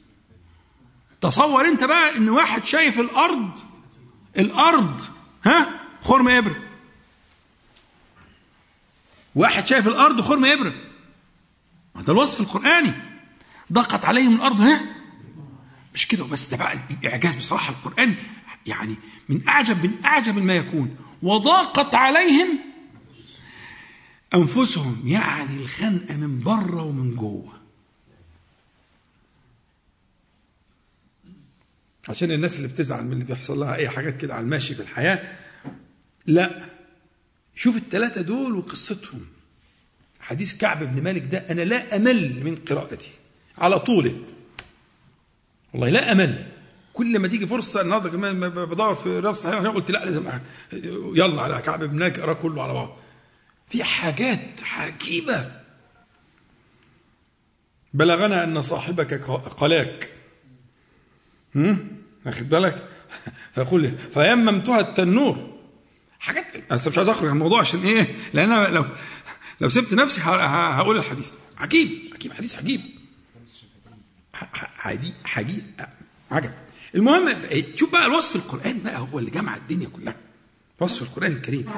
تصور أنت بقى إن واحد شايف الأرض خرم إبرة. واحد شايف الأرض خرم إبرة، هذا الوصف القرآني. ضاقت عليهم الأرض مش كده وبس، ده بقى الإعجاز بصراحة. القرآن يعني من أعجب ما يكون. وضاقت عليهم أنفسهم، يعني الخنقة من بره ومن جوه. عشان الناس اللي بتزعل من اللي بيحصل لها أي حاجات كده على الماشي في الحياة، لا، شوف الثلاثة دول وقصتهم. حديث كعب بن مالك ده أنا لا أمل من قراءته على طوله، والله لا أمل. كل ما تيجي فرصة النهارده كمان بدور في رأس صحيح قلت لا لازم يلا على كعب بن مالك أقرأ كله على بعض. في حاجات عجيبة. بلغنا أن صاحبك قلاك، أخذ بالك، فيقول فيممتها التنور. حاجات أنا مش عايز أخرج عن الموضوع عشان إيه، لأن أنا لو سبت نفسي هقول الحديث عجيب، حديث عجيب. عجب. المهم شوف بقى الوصف القرآن بقى هو اللي جمع الدنيا كلها. وصف القرآن الكريم.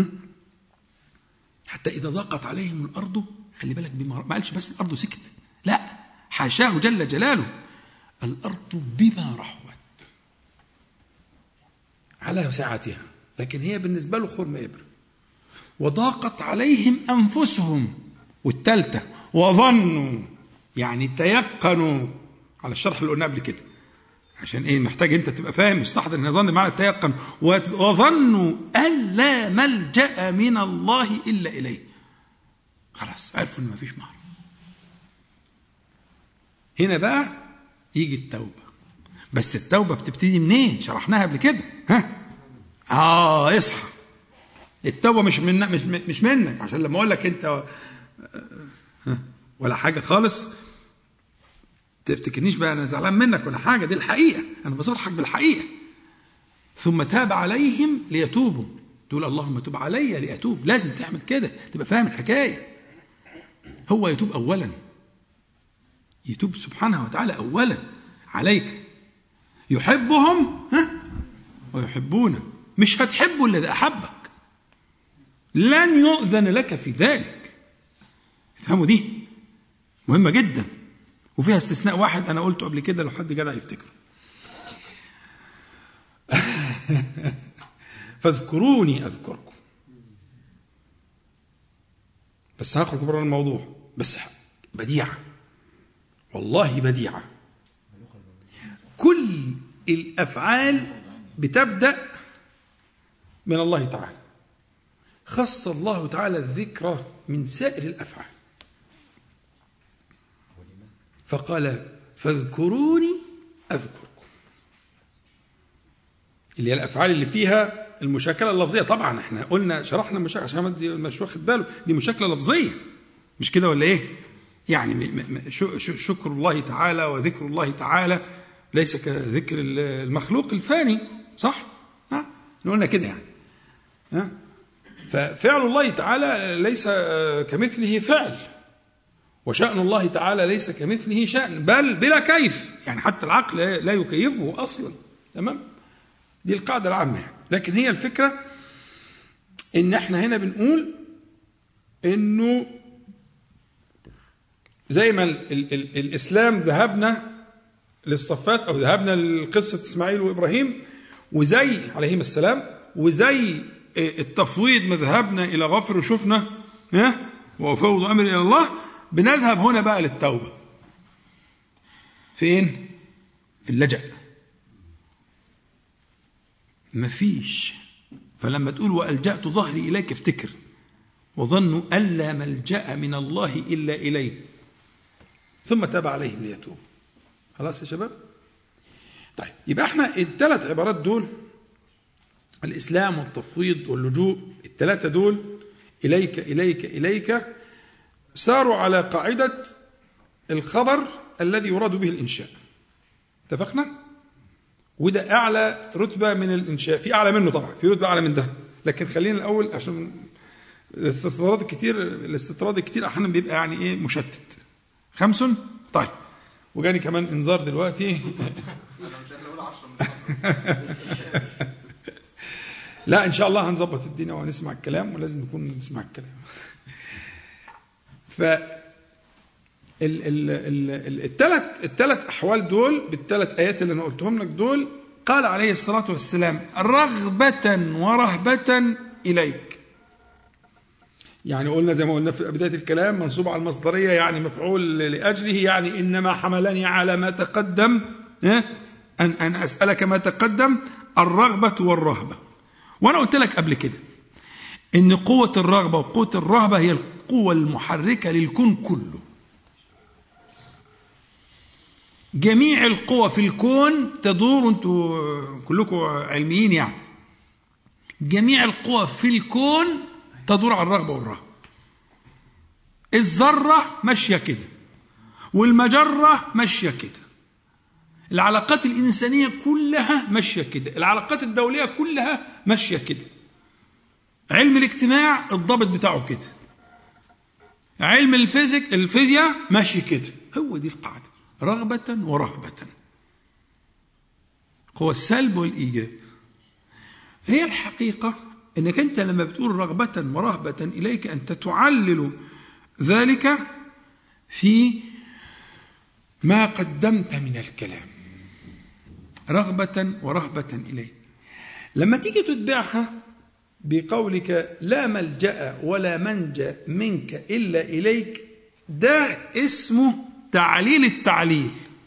حتى إذا ضاقت عليهم الأرض، خلي بالك ما قالش بس الأرض سكت، لا، حاشاه جل جلاله، الأرض بما رحبت على ساعتها، لكن هي بالنسبة له خرم إبرة. وضاقت عليهم أنفسهم، والثالثة وظنوا، يعني تيقنوا، على الشرح اللي قلنا قبل كده. عشان ايه؟ محتاج انت تبقى فاهم مستحضر ان ظن معنى التيقن. وظنوا أن لا ملجأ من الله إلا إليه. خلاص عرفوا ان ما فيش مهرب. هنا بقى يجي التوبة. بس التوبة بتبتدي منين؟ شرحناها قبل كده. اصحى. التوبة مش منك، عشان لما اقول لك انت ولا حاجة خالص تفتكرنيش بقى انا زعلان منك ولا حاجة. دي الحقيقة، انا بصرحك بالحقيقة. ثم تاب عليهم ليتوبوا. تقول اللهم تب علي لأتوب. لازم تعمل كده، تبقى فاهم الحكاية. هو يتوب أولا، يتوب سبحانه وتعالى أولا عليك. يحبهم ويحبونه. مش هتحبه إلا إذا أحبك، لن يؤذن لك في ذلك. افهموا دي مهمة جدا، وفيها استثناء واحد أنا قلته قبل كده لو حد جدع يفتكر. فاذكروني أذكركم. بس هخرج بره الموضوع، بس بديعة، والله بديعة. كل الأفعال بتبدأ من الله تعالى. خص الله تعالى الذكر من سائر الأفعال، فقال فاذكروني أذكركم، اللي هي الأفعال اللي فيها المشاكلة اللفظية. طبعا احنا قلنا شرحنا المشاكلة عشان مش واخد باله، دي مشاكلة لفظية مش كده ولا ايه؟ يعني شكر الله تعالى وذكر الله تعالى ليس كذكر المخلوق الفاني، صح؟ قلنا كده يعني. ففعل الله تعالى ليس كمثله فعل، وشأن الله تعالى ليس كمثله شأن، بل بلا كيف، يعني حتى العقل لا يكيفه أصلا. تمام؟ دي القاعدة العامة يعني. لكن هي الفكرة إن احنا هنا بنقول إنه زي ما الإسلام ذهبنا للصفات أو ذهبنا لقصة إسماعيل وإبراهيم وزي عليهم السلام، وزي التفويض مذهبنا إلى غفر وشفنا وفوض أمر إلى الله، بنذهب هنا بقى للتوبة. فين؟ في اللجأ. مفيش فلما تقول وألجأت ظهري إليك افتكر وظنوا ألا ملجأ من الله إلا إليه ثم تاب عليهم ليتوب. خلاص يا شباب؟ طيب يبقى احنا الثلاث عبارات دول، الإسلام والتفويض واللجوء، الثلاثة دول إليك إليك إليك، ساروا على قاعدة الخبر الذي يراد به الإنشاء. اتفقنا؟ وده أعلى رتبة من الإنشاء، في أعلى منه طبعا، في رتبة أعلى من ده، لكن خلينا الأول عشان الاستطراد الكتير أحيانا بيبقى يعني إيه مشتت. 5. طيب وجاني كمان إنذار دلوقتي لا إن شاء الله هنظبط الدنيا وهنسمع الكلام، ولازم نكون نسمع الكلام. ف الثلاث أحوال دول بالثلاث آيات اللي أنا قلتهم لك دول، قال عليه الصلاة والسلام رغبة ورهبة إليك. يعني قلنا زي ما قلنا في بداية الكلام منصوب على المصدرية، يعني مفعول لأجله، يعني إنما حملني على ما تقدم أن أسألك ما تقدم، الرغبة والرهبة. وأنا قلت لك قبل كده إن قوة الرغبة وقوة الرهبة هي القوة المحركة للكون كله. جميع القوى في الكون تدور، انتوا كلكم علميين يعني، جميع القوى في الكون تدور على الرغبة والرهبة. الذرة ماشية كده، والمجرة ماشية كده، العلاقات الإنسانية كلها ماشية كده، العلاقات الدولية كلها ماشية كده، علم الاجتماع الضابط بتاعه كده، علم الفيزياء ماشي كده. هو دي القاعدة، رغبة ورهبة، هو السلب والإيجاب. هي الحقيقة أنك أنت لما بتقول رغبة ورهبة إليك أنت تعلل ذلك في ما قدمت من الكلام، رغبة ورهبة إليك. لما تيجي تتبعها بقولك لا ملجأ ولا منجى منك إلا إليك، ده اسمه تعليل التعليل،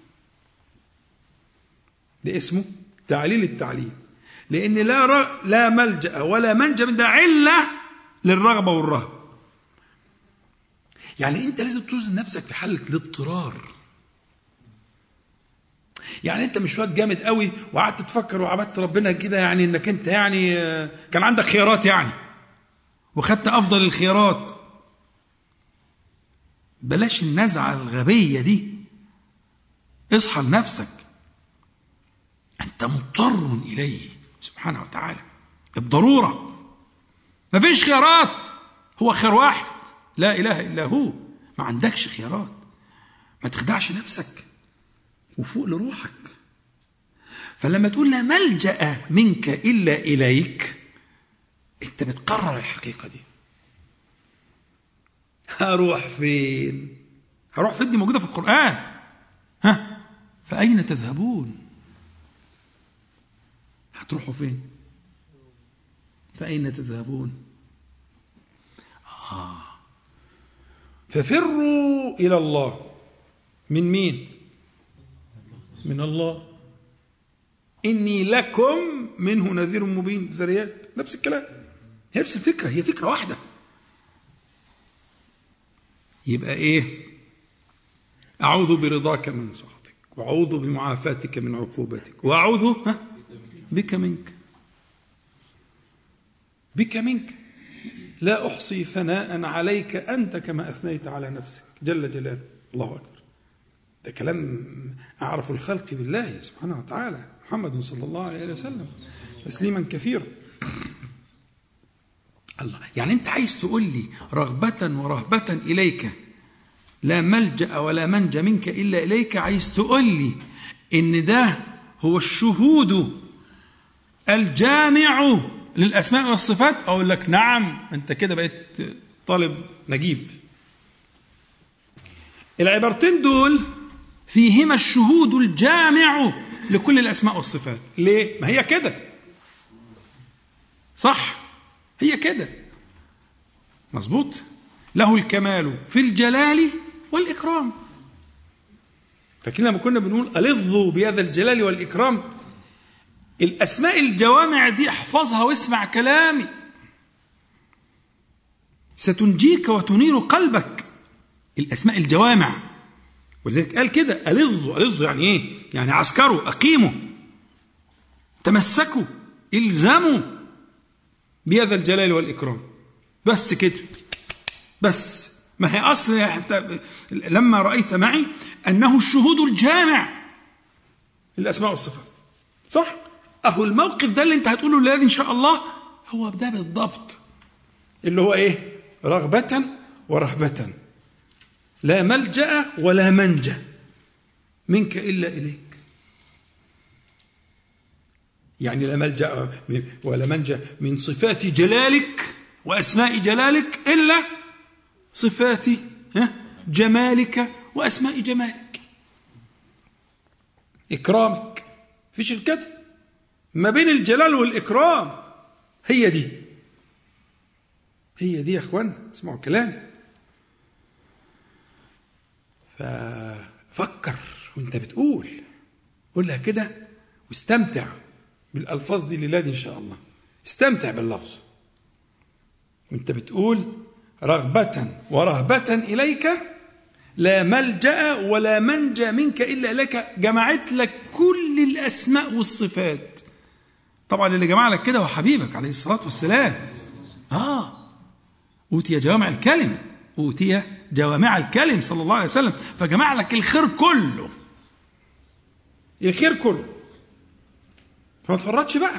ده اسمه تعليل التعليل، لأن لا ملجأ ولا منجى من ده علة للرغبة والرهبة. يعني أنت لازم توزن نفسك في حالة الاضطرار. يعني أنت مش واد جامد قوي وقعدت تفكر وعبدت ربنا كده، يعني إنك أنت يعني كان عندك خيارات يعني وخدت أفضل الخيارات. بلاش النزعة الغبية دي، اصحى لنفسك، أنت مضطر إليه سبحانه وتعالى الضرورة، ما فيش خيارات، هو خير واحد لا إله إلا هو، ما عندكش خيارات. ما تخدعش نفسك وفوق لروحك. فلما تقول لا ملجأ منك إلا إليك، أنت بتقرر الحقيقة دي. هروح فين؟ هروح فين دي موجودة في القرآن. فأين تذهبون؟ هتروحوا فين؟ فأين تذهبون؟ ففروا إلى الله. من مين؟ من الله. إني لكم منه نذير مبين. ذريات نفس الكلام، هي نفس الفكرة، هي فكرة واحدة. يبقى إيه؟ أعوذ برضاك من سخطك، وأعوذ بمعافاتك من عقوبتك، وأعوذ بك منك. بك منك، لا أحصي ثناء عليك أنت كما أثنيت على نفسك جل جلاله. الله أكبر. ده كلام أعرف الخلق بالله سبحانه وتعالى، محمد صلى الله عليه وسلم تسليما كثيرا. الله، يعني أنت عايز تقول لي رغبة ورهبة إليك، لا ملجأ ولا منجى منك إلا إليك، عايز تقول لي إن ده هو الشهود الجامع للأسماء والصفات؟ أقول لك نعم، أنت كده بقيت طالب نجيب. العبارتين دول فيهما الشهود الجامع لكل الأسماء والصفات. ليه؟ ما هي كده، صح، هي كده مظبوط. له الكمال في الجلال والإكرام. فكنا لما كنا بنقول ألظوا بهذا الجلال والإكرام، الأسماء الجوامع دي احفظها واسمع كلامي، ستنجيك وتنير قلبك. الأسماء الجوامع، ولذلك قال كده ألظوا يعني إيه؟ يعني عسكروا، أقيموا، تمسكوا، إلزموا بهذا الجلال والإكرام. بس كده، بس. ما هي أصل حتى لما رأيت معي أنه الشهود الجامع للأسماء والصفات، صح؟ أهو الموقف ده اللي أنت هتقوله لله إن شاء الله هو ده بالضبط، اللي هو إيه؟ رغبة ورهبة، لا ملجأ ولا منجا منك إلا إليك. يعني لا ملجأ ولا منجا من صفات جلالك وأسماء جلالك إلا صفات جمالك وأسماء جمالك، إكرامك. فيش الكتب ما بين الجلال والإكرام، هي دي يا أخوان، اسمعوا كلام. ففكر وانت بتقول، قولها كده واستمتع بالألفاظ دي لله إن شاء الله. استمتع باللفظ وانت بتقول رغبة ورهبة إليك، لا ملجأ ولا منجا منك إلا إليك. جمعت لك كل الأسماء والصفات. طبعا اللي جمع لك كده هو حبيبك عليه الصلاة والسلام. أوتي جوامع الكلم، أوتي جوامع الكلم صلى الله عليه وسلم، فجمع لك الخير كله، الخير كله. فما تفرطش بقى،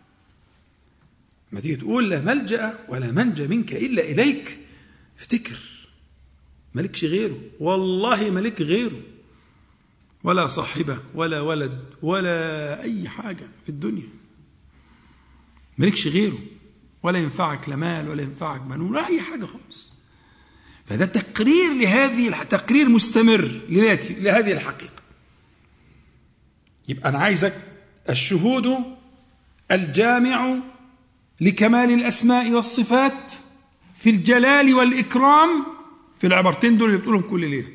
ما تيجي تقول لا ملجأ ولا منجا منك إلا إليك، افتكر مالكش غيره، والله مالك غيره، ولا صاحبة ولا ولد ولا أي حاجة في الدنيا، مالكش غيره، ولا ينفعك لا مال ولا ينفعك منون ولا أي حاجة خالص. فده تقرير لهذه، تقرير مستمر لهذه الحقيقة. يبقى أنا عايزك الشهود الجامع لكمال الأسماء والصفات في الجلال والإكرام، في العبارتين دول اللي بتقولهم كل ليلة.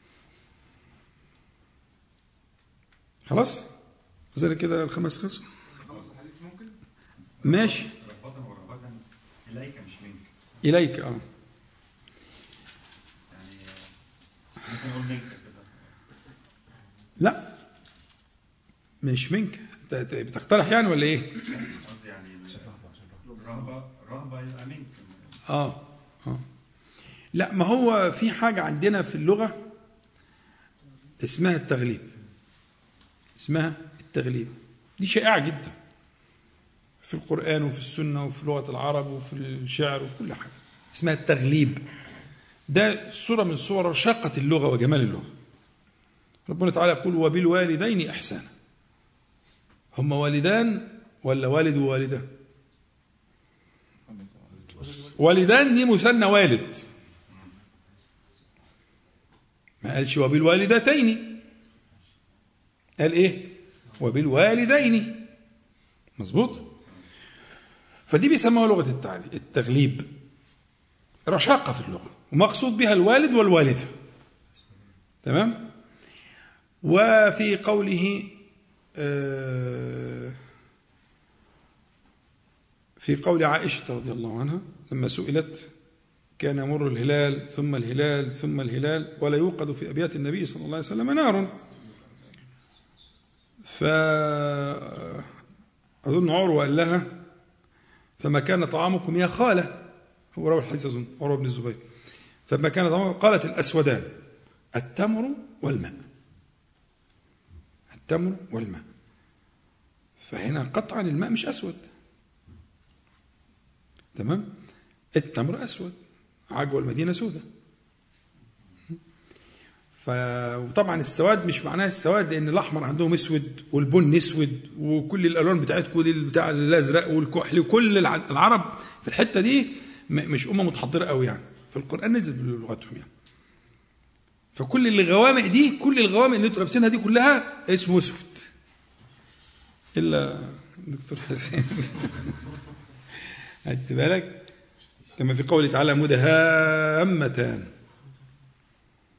خلاص؟ زي كده الخمس خلصوا؟ الحديث ممكن؟ ماشي. رغبة ورهبة إليك مش منك. إليك يعني ممكن نقول منك كده. لا مش منك، انت بتقترح يعني ولا ايه؟ قصدي يعني رهبة يبقى منك. لا، ما هو في حاجة عندنا في اللغة اسمها التغليب. اسمها التغليب، دي شائعة جدا في القرآن وفي السنة وفي لغة العرب وفي الشعر وفي كل حاجة. اسمها التغليب. ده صورة من صور رشاقة اللغة وجمال اللغة. ربنا تعالى يقول وبالوالدين إحسانا. هم والدان ولا والد ووالدة؟ والدان دي مثنى والد، ما قالش وبالوالدتين، قال ايه؟ وبالوالدين. مظبوط. فدي بيسموها لغة التغليب، رشاقة في اللغة، ومقصود بها الوالد والوالدة. تمام. وفي قوله في قول عائشة رضي الله عنها لما سئلت كان يمر الهلال ثم الهلال ثم الهلال ولا يوقد في أبيات النبي صلى الله عليه وسلم نار، فأظن عروة قال لها فما كان طعامكم يا خالة، هو روى الحديث أظن عروة بن الزبير، فما كان طعامكم قالت الأسودان التمر والماء، التمر والماء. فهنا قطعا الماء مش أسود، تمام، التمر أسود، عجوة المدينة سودة. وطبعا السواد مش معناه السواد لأن الأحمر عندهم أسود والبن أسود وكل الألوان بتاعتكم دي بتاع الأزرق والكحل، وكل العرب في الحتة دي مش أمة متحضرة قوي يعني، فالقرآن نزل بلغتهم يعني. فكل الغوامق دي، كل الغوامق اللي انتوا لابسينها دي كلها اسمه أسود إلا دكتور حسين خدت بالك؟ كما في قوله تعالى مدهامتان.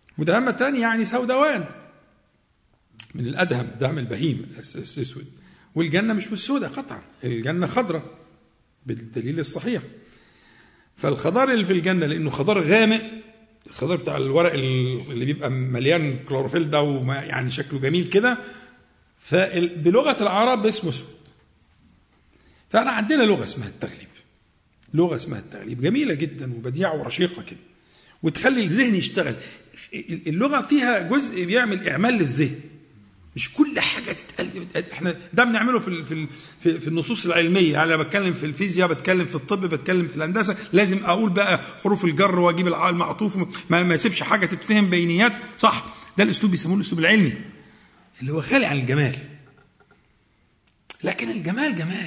مدهامتان يعني سوداوان من الأدهم، دهم البهيم الأسود، والجنة مش بالسوداء قطعا، الجنة خضراء بالدليل الصحيح. فالخضار اللي في الجنة لأنه خضار غامق، الخضار بتاع الورق اللي بيبقى مليان كلوروفيل ده وما يعني شكله جميل كده، فبلغة العرب اسمه سود. فاحنا عندنا لغة اسمها التغليب، لغة اسمها التغليب جميلة جدا وبديعة ورشيقة كده وتخلي الذهن يشتغل. اللغة فيها جزء بيعمل إعمال للذهن، مش كل حاجة تتقال. احنا ده بنعمله في النصوص العلمية، يعني بتكلم في الفيزياء، بتكلم في الطب، بتكلم في الهندسة، لازم أقول بقى حروف الجر وأجيب المعطوف، ما يسيبش حاجة تتفهم بينيات، صح؟ ده الأسلوب بيسموه الأسلوب العلمي اللي هو خالي عن الجمال. لكن الجمال جمال،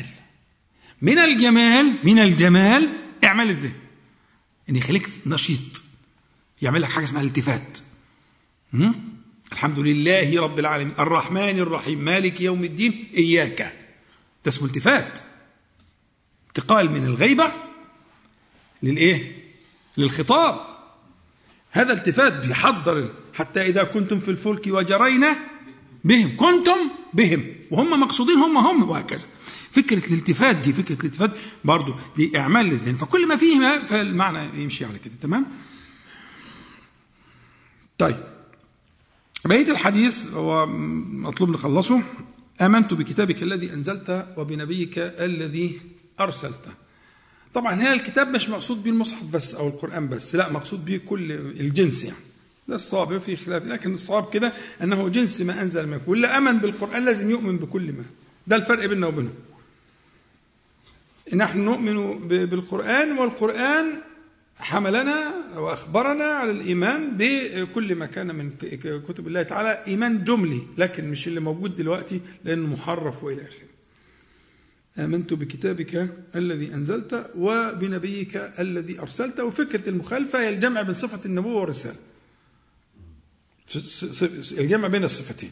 من الجمال اعمال الذهن ان يخليك نشيط، يعمل لك حاجه اسمها الالتفات. الحمد لله رب العالمين الرحمن الرحيم مالك يوم الدين اياك، ده اسمه التفات، انتقال من الغيبه للايه؟ للخطاب. هذا التفات بيحضر حتى اذا كنتم في الفلك وجرينا بهم كنتم بهم وهم مقصودين هم وهكذا. فكرة الالتفات دي، فكرة الالتفات برضو دي إعمال للذهن، فكل ما فيه فالمعنى يمشي على كده. تمام؟ طيب بقية الحديث هو مطلوب نخلصه. آمنت بكتابك الذي أنزلت وبنبيك الذي أرسلته. طبعا هنا الكتاب مش مقصود به المصحف بس أو القرآن بس، لا مقصود به كل الجنس، يعني ده الصواب في خلاف، لكن الصواب كده أنه جنس ما أنزل منك، واللي آمن بالقرآن لازم يؤمن بكل ما، ده الفرق بيننا وبينهم. نحن نؤمن بالقرآن، والقرآن حملنا وأخبرنا على الإيمان بكل ما كان من كتب الله تعالى، إيمان جملي، لكن مش اللي موجود دلوقتي لأنه محرف وإلى آخره. آمنت بكتابك الذي أنزلت وبنبيك الذي أرسلت. وفكرة المخالفة هي الجمع بين صفة النبوة والرسالة، الجمع بين الصفتين.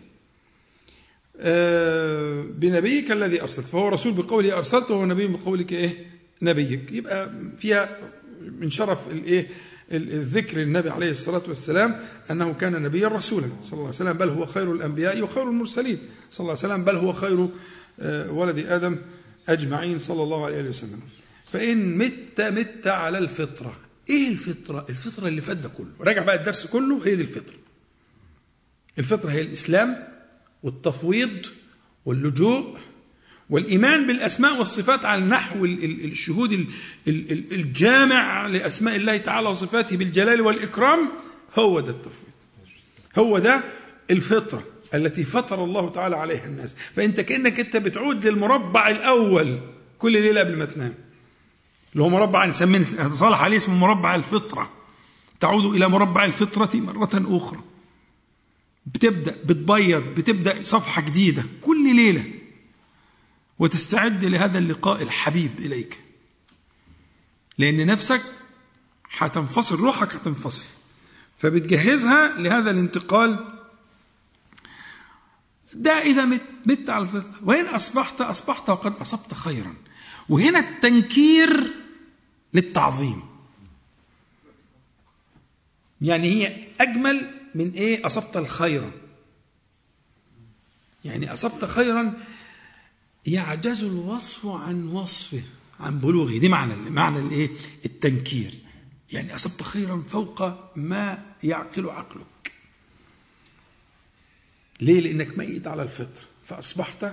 بنبيك الذي أرسلت، فهو رسول بقوله أرسلت وهو نبي بقولك إيه؟ نبيك. يبقى فيها من شرف الإيه؟ الذكر للنبي عليه الصلاة والسلام أنه كان نبيا رسولا صلى الله عليه وسلم، بل هو خير الأنبياء وخير المرسلين صلى الله عليه وسلم، بل هو خير ولد آدم أجمعين صلى الله عليه وسلم. فإن مت على الفطرة. إيه الفطرة؟ الفطرة اللي فات ده كله، راجع بقى الدرس كله، هي دي الفطرة. الفطرة هي الإسلام والتفويض واللجوء والإيمان بالأسماء والصفات على النحو الشهود الجامع لأسماء الله تعالى وصفاته بالجلال والإكرام. هو ده التفويض، هو ده الفطرة التي فطر الله تعالى عليها الناس. فأنت كأنك أنت بتعود للمربع الأول كل ليلة قبل ما تنام، اللي هو مربع نسميه صالح عليه اسمه مربع الفطرة. تعود إلى مربع الفطرة مرة أخرى، بتبدأ بتبيض، بتبدأ صفحة جديدة كل ليلة، وتستعد لهذا اللقاء الحبيب إليك، لأن نفسك هتنفصل، روحك هتنفصل، فبتجهزها لهذا الانتقال. ده إذا مت على الفطرة. وإن أصبحت وقد أصبت خيرا. وهنا التنكير للتعظيم، يعني هي أجمل من إيه؟ أصبت الخير، يعني أصبت خيرا يعجز الوصف عن وصفه، عن بلوغه. دي معنى الإيه؟ التنكير، يعني أصبت خيرا فوق ما يعقل عقلك. ليه؟ لأنك ميت على الفطر، فأصبحت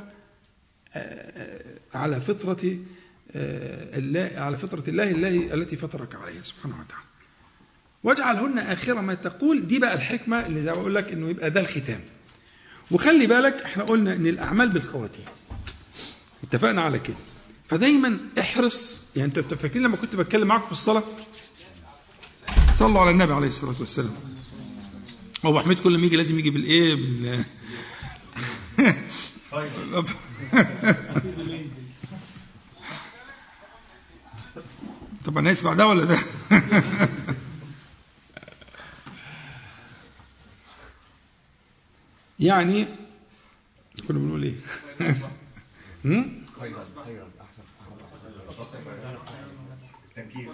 على فطرة الله، على فطرة الله التي فطرك عليها سبحانه وتعالى. واجعلهن آخر ما تقول. دي بقى الحكمة اللي زي ما بقول لك إنه يبقى ده الختام. وخلي بالك احنا قلنا إن الأعمال بالخواتيم، اتفقنا على كده. فدايما احرص، يعني انتوا فاكرين لما كنت بتكلم معاكم في الصلاة صلوا على النبي عليه الصلاة والسلام. أبو حميد كل ما يجي لازم يجي بالإيه طب أنا أسمع ده ولا ده؟ يعني كنا بنقول إيه؟ خيرا أحسن. تنكير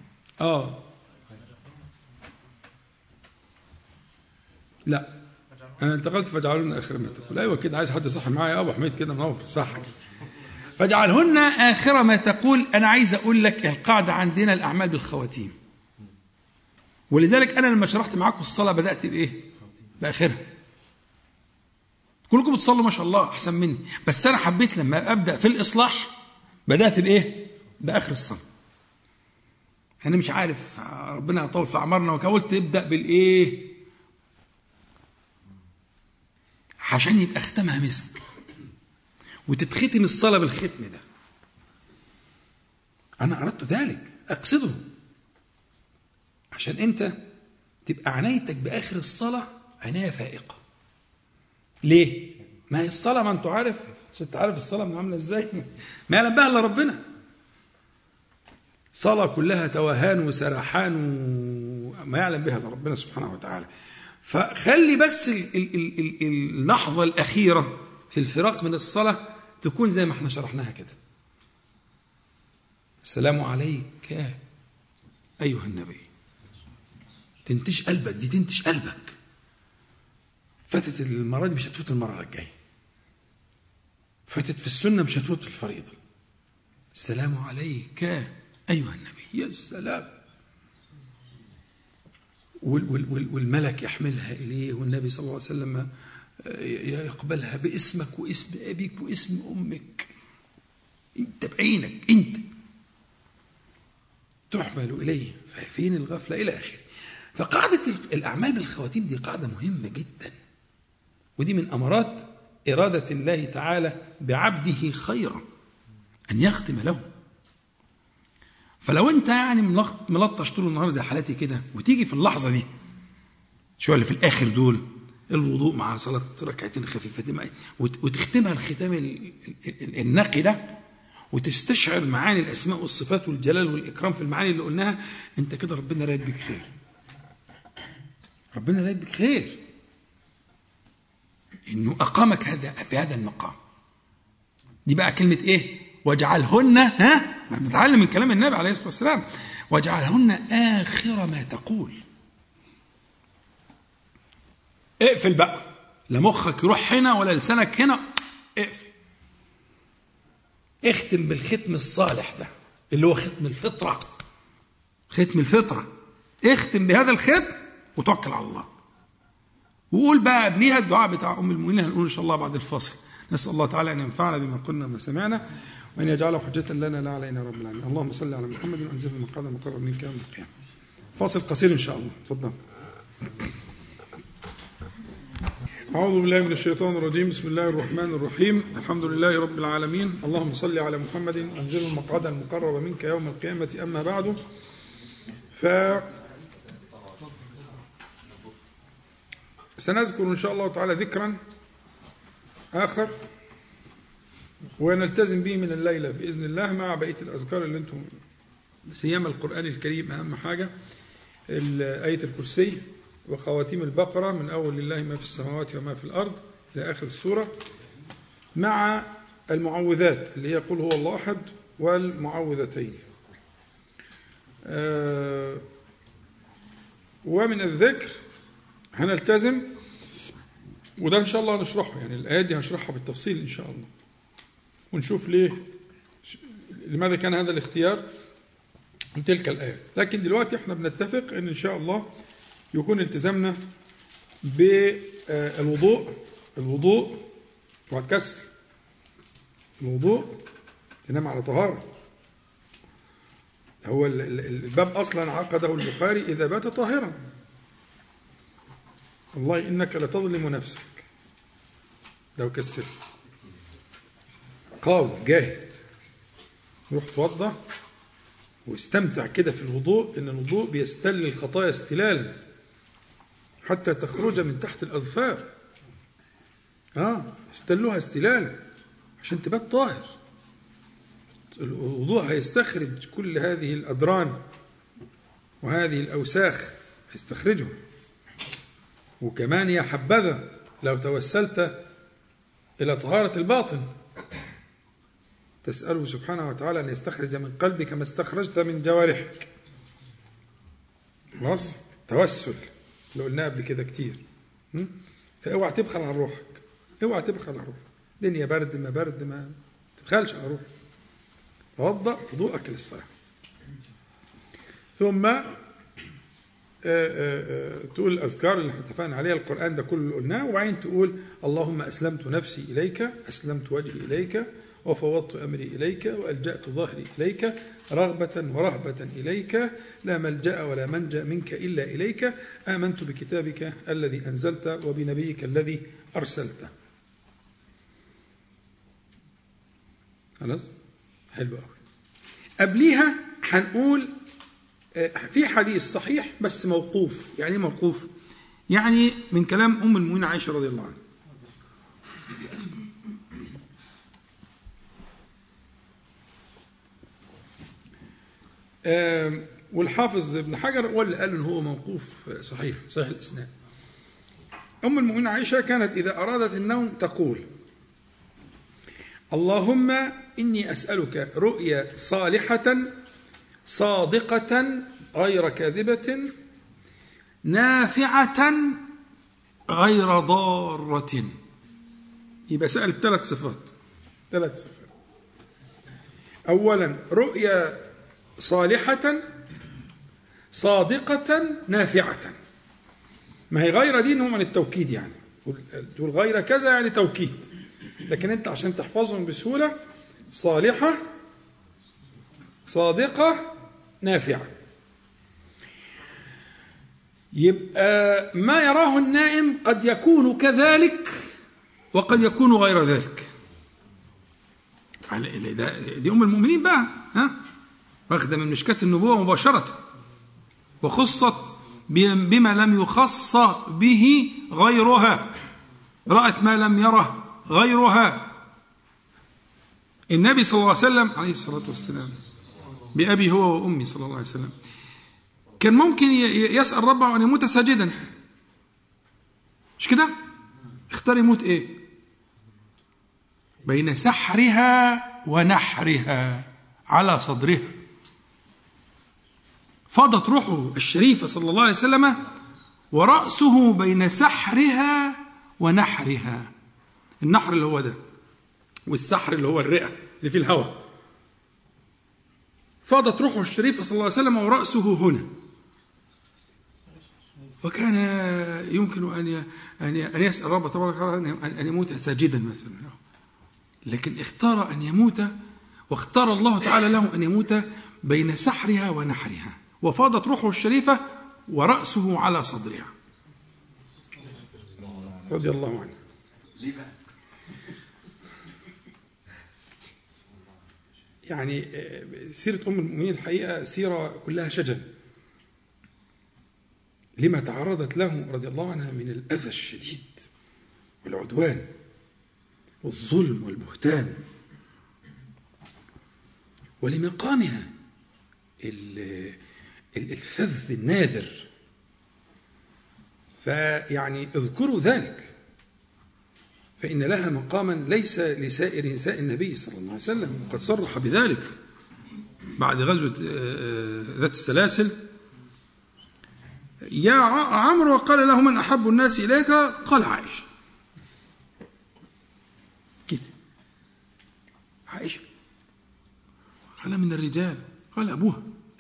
لا أنا انتقلت فاجعلهن آخر ما تقول. أيوة كده، عايز حد صح معايا يا أبو حميد كده منور صح. فاجعلهن آخر ما تقول. أنا عايز أقول لك القاعدة عندنا الأعمال بالخواتيم، ولذلك أنا لما شرحت معاكم الصلاة بدأت بإيه؟ بآخرها. كلكم بتصلوا ما شاء الله أحسن مني، بس أنا حبيت لما أبدأ في الإصلاح بدأت بإيه؟ بآخر الصلاة. أنا مش عارف، ربنا يطول في أعمارنا، وقلت ابدأ بالإيه؟ عشان يبقى ختمها مسك، وتتختم الصلاة بالختم ده. أنا أردت ذلك، أقصده عشان أنت تبقى عنايتك بآخر الصلاة عناية فائقة. ليه؟ ما هي الصلاة، ما أنتوا عارف، أنت عارف الصلاة من عاملة إزاي؟ ما يعلم بها إلا ربنا. صلاة كلها توهان وسرحان وما يعلم بها إلا ربنا سبحانه وتعالى. فخلي بس اللحظة الأخيرة في الفراق من الصلاة تكون زي ما احنا شرحناها كده. السلام عليك أيها النبي. تنتش قلبك، دي تنتش قلبك. فاتت المرة دي مش هتفوت المرة الجاية. فاتت في السنة مش هتفوت في الفريضة. السلام عليك أيها النبي. يا سلام. والملك يحملها إليه، والنبي صلى الله عليه وسلم يقبلها باسمك واسم أبيك واسم أمك، أنت بعينك أنت تحمل إليه، فين الغفلة إلى آخره. فقاعدة الأعمال بالخواتيم دي قاعدة مهمة جدا، ودي من أمارات إرادة الله تعالى بعبده خيرا أن يختم له. فلو أنت يعني ملطش طول النهار زي حالتي كده، وتيجي في اللحظة دي شو اللي في الآخر دول، الوضوء مع صلاة ركعتين خفيفتين، وتختمها الختام النقي ده، وتستشعر معاني الأسماء والصفات والجلال والإكرام في المعاني اللي قلناها، أنت كده ربنا رايد بك خير. ربنا رايد بك خير إنه أقامك في هذا المقام. دي بقى كلمة إيه؟ واجعلهن، نتعلم من كلام النبي عليه الصلاة والسلام، واجعلهن آخر ما تقول. اقفل بقى، لا مخك يروح هنا ولا لسانك هنا، اقفل. اختم بالختم الصالح ده اللي هو ختم الفطرة. ختم الفطرة، اختم بهذا الختم وتوكل على الله. وقول بقى قبليها الدعاء بتاع أم المؤمنين، هنقول إن شاء الله بعد الفصل. نسأل الله تعالى أن ينفعنا بما قلنا وما سمعنا، وأن يجعله حجة لنا لا علينا رب العالمين. اللهم صل على محمد وأنزل المقعد المقرب منك يوم القيامة. فاصل قصير إن شاء الله، تفضل. أعوذ بالله من الشيطان الرجيم. بسم الله الرحمن الرحيم. الحمد لله رب العالمين. اللهم صل على محمد وأنزل المقعد المقرب منك يوم القيامة. أما بعد، سنذكر إن شاء الله تعالى ذكرا آخر ونلتزم به من الليلة بإذن الله مع بقية الأذكار اللي أنتم، سيما القرآن الكريم أهم حاجة، آية الكرسي وخواتيم البقرة من أول لله ما في السماوات وما في الأرض إلى آخر السورة، مع المعوذات اللي هي قل هو الله أحد والمعوذتين. ومن الذكر هنلتزم، وده إن شاء الله نشرحه، يعني الآيات دي هشرحها بالتفصيل إن شاء الله، ونشوف لماذا كان هذا الاختيار من تلك الآيات. لكن دلوقتي احنا بنتفق إن شاء الله يكون التزامنا بالوضوء وهتكسر الوضوء، تنام على طهارة. هو الباب أصلا عقده البخاري إذا بات طاهرا. والله إنك لتظلم نفسك لو كسرت. قاوم جاهد، روح توضى واستمتع كده في الوضوء، إن الوضوء بيستل الخطايا استلالا حتى تخرج من تحت الأظفار. استلوها استلالا عشان تبات طاهر. الوضوء هيستخرج كل هذه الأدران وهذه الأوساخ، هيستخرجها. وكمان يا حبذا لو توسلت إلى طهارة الباطن، تسأله سبحانه وتعالى أن يستخرج من قلبك ما استخرجت من جوارحك. خلاص، توسل اللي قلناه قبل كده كتير. فاوعى تبخل على روحك، اوعى تبخل على روحك. دنيا برد ما برد، ما تبخلش على روحك. توضأ وضوءك للصلاة. ثم تقول الأذكار اللي اتفقنا عليها، القرآن ده كله اللي قلناه، وبعدين تقول اللهم أسلمت نفسي إليك، أسلمت وجهي إليك، وفوضت أمري إليك، وألجأت ظهري إليك، رغبة ورهبة إليك، لا ملجأ ولا منجأ منك إلا إليك، آمنت بكتابك الذي أنزلت وبنبيك الذي أرسلت. خلاص؟ حلو قوي. قبليها هنقول في حديث صحيح بس موقوف. يعني موقوف؟ يعني من كلام أم المؤمنين عائشة رضي الله عنها. والحافظ ابن حجر هو اللي قال إن هو موقوف صحيح الإسناد. أم المؤمنين عائشة كانت إذا أرادت النوم تقول اللهم إني أسألك رؤيا صالحة صادقة غير كاذبة نافعة غير ضارة. يبقى سألت ثلاث صفات. أولا رؤيا صالحة صادقة نافعة. ما هي غير دي نوع من التوكيد، يعني تقول غير كذا يعني توكيد، لكن انت عشان تحفظهم بسهولة صالحة صادقة نافعة. يبقى ما يراه النائم قد يكون كذلك وقد يكون غير ذلك. دي أم المؤمنين بقى، واخدة من مشكاة النبوة مباشرة، وخصت بما لم يخص به غيرها، رأت ما لم يره غيرها. النبي صلى الله عليه وسلم عليه الصلاة والسلام بأبي هو وأمي صلى الله عليه وسلم كان ممكن يسأل ربه أن يموت ساجدا، مش كده؟ اختار يموت إيه؟ بين سحرها ونحرها على صدرها. فاضت روحه الشريفة صلى الله عليه وسلم ورأسه بين سحرها ونحرها. النحر اللي هو ده، والسحر اللي هو الرئة اللي في الهواء. فاضت روحه الشريفة صلى الله عليه وسلم ورأسه هنا، وكان يمكن أن يسأل رب تبارك وتعالى أن يموت ساجدا مثلا، لكن اختار أن يموت، واختار الله تعالى له أن يموت بين سحرها ونحرها، وفاضت روحه الشريفة ورأسه على صدرها رضي الله عنه. يعني سيرة أم المؤمنين الحقيقة سيرة كلها شجن، لما تعرضت له رضي الله عنها من الأذى الشديد والعدوان والظلم والبهتان، ولمقامها الفذ النادر. فيعني اذكروا ذلك، فإن لها مقاما ليس لسائر نساء النبي صلى الله عليه وسلم، وقد صرح بذلك بعد غزوة ذات السلاسل. يا عمرو قال له من أحب الناس إليك؟ قال عائشة. كده عائشة. قال من الرجال؟ قال أبوها.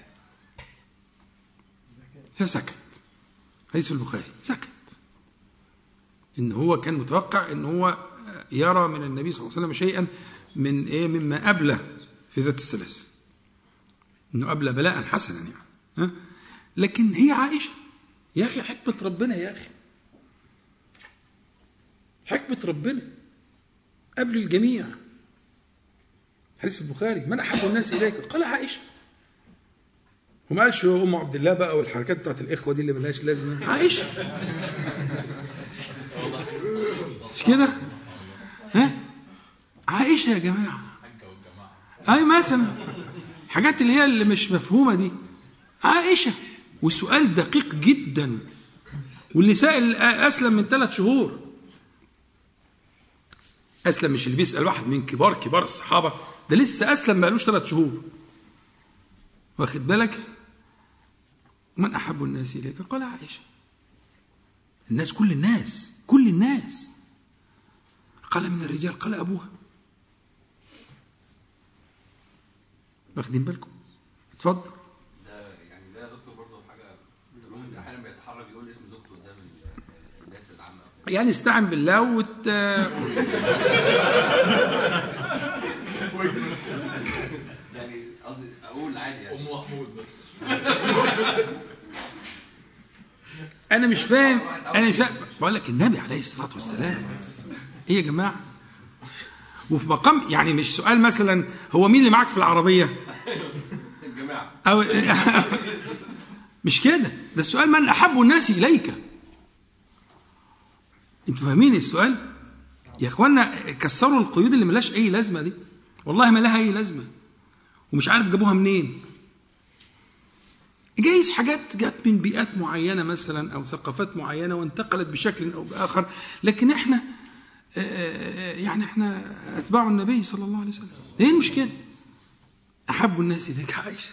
هي سكت. حديث البخاري سكت. إن هو كان متوقع إن هو يرى من النبي صلى الله عليه وسلم شيئا من مما أبلى في ذات السلاسل، إنه أبلى بلاء حسنا يعني. لكن هي عائشة. يا أخي حكمة ربنا، يا أخي حكمة ربنا قبل الجميع. حديث البخاري من أحب الناس إليك؟ قال عائشة. وما قالش أم عبد الله بقى والحركات بتاعت الإخوة دي اللي ملهاش لازمة. عائشة. مش كده؟ عائشة يا جماعة. أي مثلا حاجات اللي هي اللي مش مفهومة دي. عائشة. والسؤال دقيق جدا، واللي سائل أسلم من 3 شهور. أسلم مش اللي بيسأل واحد من كبار الصحابة، ده لسه أسلم ما قالوش 3 شهور. واخد بالك؟ من أحب الناس إليك؟ قال عائشة. الناس كل الناس كل الناس. قال من الرجال، قال أبوها. واخدين بالكم؟ اتفضل. ده يعني ده دكتور برضه حاجه الواحد احيانا بيتحرج يقول اسم زوجته قدام الناس العامه. يعني استعن بالله يعني قصدي اقول عادي يعني ام محمود بس. انا مش فاهم بقول لك النبي عليه الصلاه والسلام. ايه يا جماعه؟ وفي مقام يعني مش سؤال مثلا هو مين اللي معاك في العربيه الجماعه أو مش كده، ده السؤال من احب الناس اليك. انتوا فاهمين السؤال يا اخوانا؟ كسروا القيود اللي ملاش اي لازمه دي، والله ما لها اي لازمه، ومش عارف جابوها منين. جايز حاجات جت من بيئات معينه مثلا او ثقافات معينه وانتقلت بشكل او باخر، لكن احنا يعني احنا اتباع النبي صلى الله عليه وسلم. ايه المشكله؟ احب الناس اليك عائشه.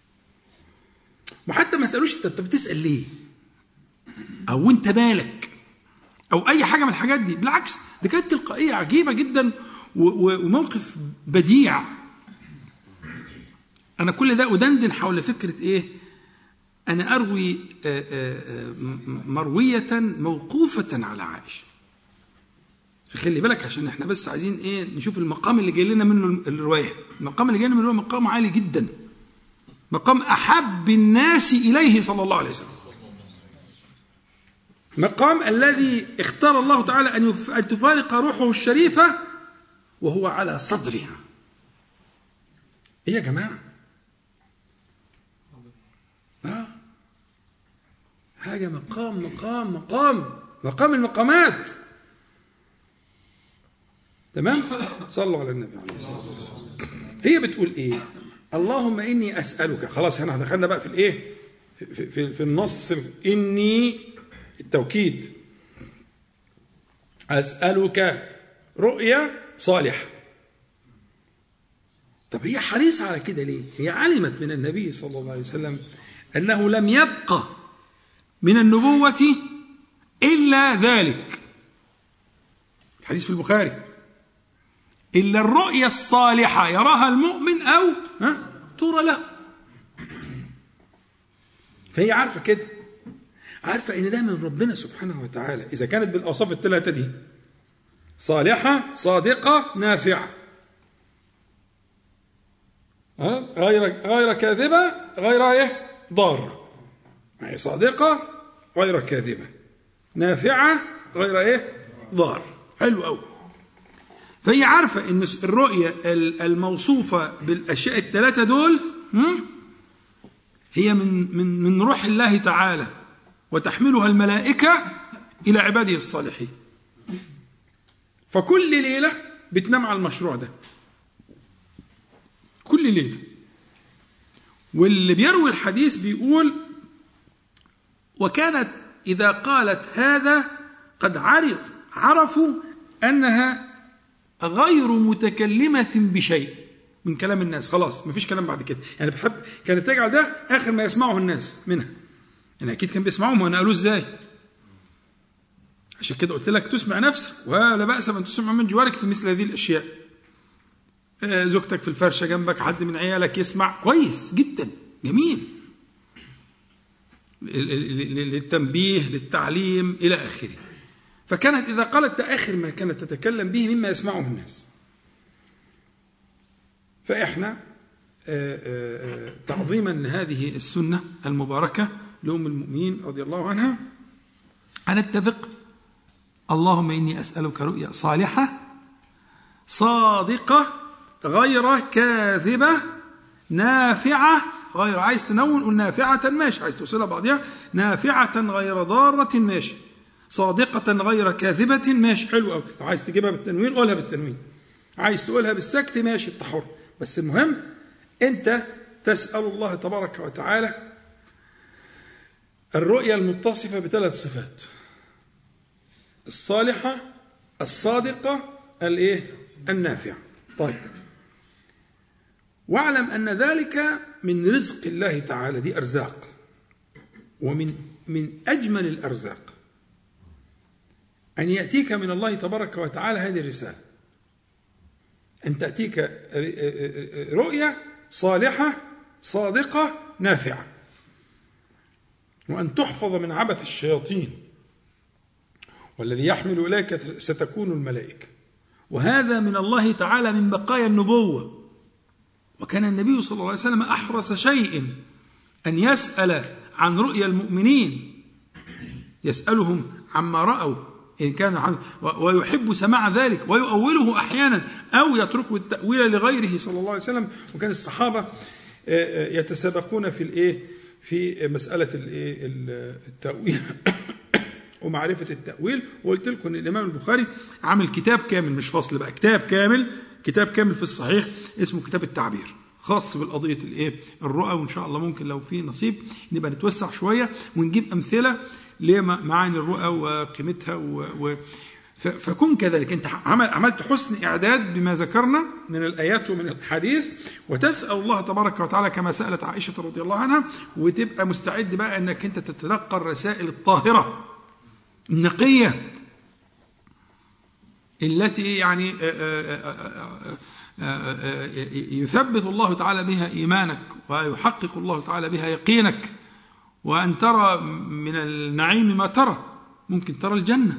وحتى ما سالوش انت بتسال ليه او انت بالك او اي حاجه من الحاجات دي، بالعكس دي كانت تلقائيه عجيبه جدا وموقف بديع. انا كل ده ادندن حول فكره ايه؟ انا اروي مرويه موقوفه على عائشه. فخلي بالك عشان احنا بس عايزين ايه؟ نشوف المقام اللي جاي لنا منه الروايه. المقام اللي جاي لنا منه مقام عالي جدا، مقام احب الناس اليه صلى الله عليه وسلم، مقام الذي اختار الله تعالى ان تفارق روحه الشريفه وهو على صدرها. ايه يا جماعه؟ حاجه مقام المقامات. تمام؟ صلوا على النبي عليه الصلاه والسلام. هي بتقول ايه؟ اللهم اني اسالك. خلاص هنا دخلنا بقى في الايه؟ في النص. اني التوكيد، اسالك رؤيا صالحه. طب هي حريصه على كده ليه؟ هي علمت من النبي صلى الله عليه وسلم انه لم يبقى من النبوه الا ذلك. الحديث في البخاري: إلا الرؤيا الصالحة يراها المؤمن أو ترى له. فهي عارفة كده، عارفة إن ده من ربنا سبحانه وتعالى إذا كانت بالأوصاف الثلاثة دي: صالحة، صادقة، نافعة. غير كاذبة، غير إيه؟ ضارة. يعني صادقة غير كاذبة، نافعة غير إيه؟ ضار. حلو أوي. فهي عارفة أن الرؤية الموصوفة بالأشياء الثلاثة دول هي من روح الله تعالى، وتحملها الملائكة إلى عباده الصالحين. فكل ليلة بتنام على المشروع ده، كل ليلة. واللي بيروي الحديث بيقول: وكانت إذا قالت هذا قد عرفوا أنها غير متكلمة بشيء من كلام الناس. خلاص مفيش كلام بعد كده. يعني بحب كانت تجعل ده آخر ما يسمعه الناس منها. يعني أكيد كان بيسمعوهم، وأنا قالوا إزاي؟ عشان كده قلت لك تسمع نفسك، ولا بأس من تسمع من جوارك في مثل هذه الأشياء. زوجتك في الفرشة جنبك، حد من عيالك يسمع، كويس جدا، جميل، للتنبيه، للتعليم، إلى آخره. فكانت إذا قالت ده آخر ما كانت تتكلم به مما يسمعه الناس. فإحنا تعظيما لهذه السنة المباركة لأم المؤمنين رضي الله عنها هنتفق: اللهم إني أسألك رؤيا صالحة صادقة غير كاذبة نافعة غير، عايز تنون قول نافعة ماشي، عايز توصلها بعضها نافعة غير ضارة ماشي، صادقة غير كاذبة ماشي، حلو قوي. لو عايز تجيبها بالتنوين قولها بالتنوين، عايز تقولها بالسكت ماشي، انت حر. بس المهم انت تسأل الله تبارك وتعالى الرؤيا المتصفة بثلاث صفات: الصالحة، الصادقة، النافعة. طيب، واعلم أن ذلك من رزق الله تعالى، دي أرزاق، ومن أجمل الأرزاق أن يأتيك من الله تبارك وتعالى هذه الرسالة، أن تأتيك رؤية صالحة صادقة نافعة، وأن تحفظ من عبث الشياطين، والذي يحمل إليك ستكون الملائكة. وهذا من الله تعالى من بقايا النبوة. وكان النبي صلى الله عليه وسلم أحرص شيء أن يسأل عن رؤيا المؤمنين، يسألهم عما رأوا إن كان، ويحب سماع ذلك ويؤوله أحيانا أو يترك التأويل لغيره صلى الله عليه وسلم. وكان الصحابة يتسابقون في مسألة التأويل ومعرفة التأويل. وقلت لكم أن الإمام البخاري عمل كتاب كامل، مش فصل بقى، كتاب كامل في الصحيح اسمه كتاب التعبير، خاص بالقضية الرؤى. وإن شاء الله ممكن لو في نصيب نبقى نتوسع شوية ونجيب أمثلة لمعاني الرؤى وقيمتها فكن كذلك. أنت عملت حسن إعداد بما ذكرنا من الآيات ومن الحديث، وتسأل الله تبارك وتعالى كما سألت عائشة رضي الله عنها، وتبقى مستعد بقى أنك أنت تتلقى الرسائل الطاهرة النقية التي يعني يثبت الله تعالى بها إيمانك، ويحقق الله تعالى بها يقينك، وأن ترى من النعيم ما ترى. ممكن ترى الجنة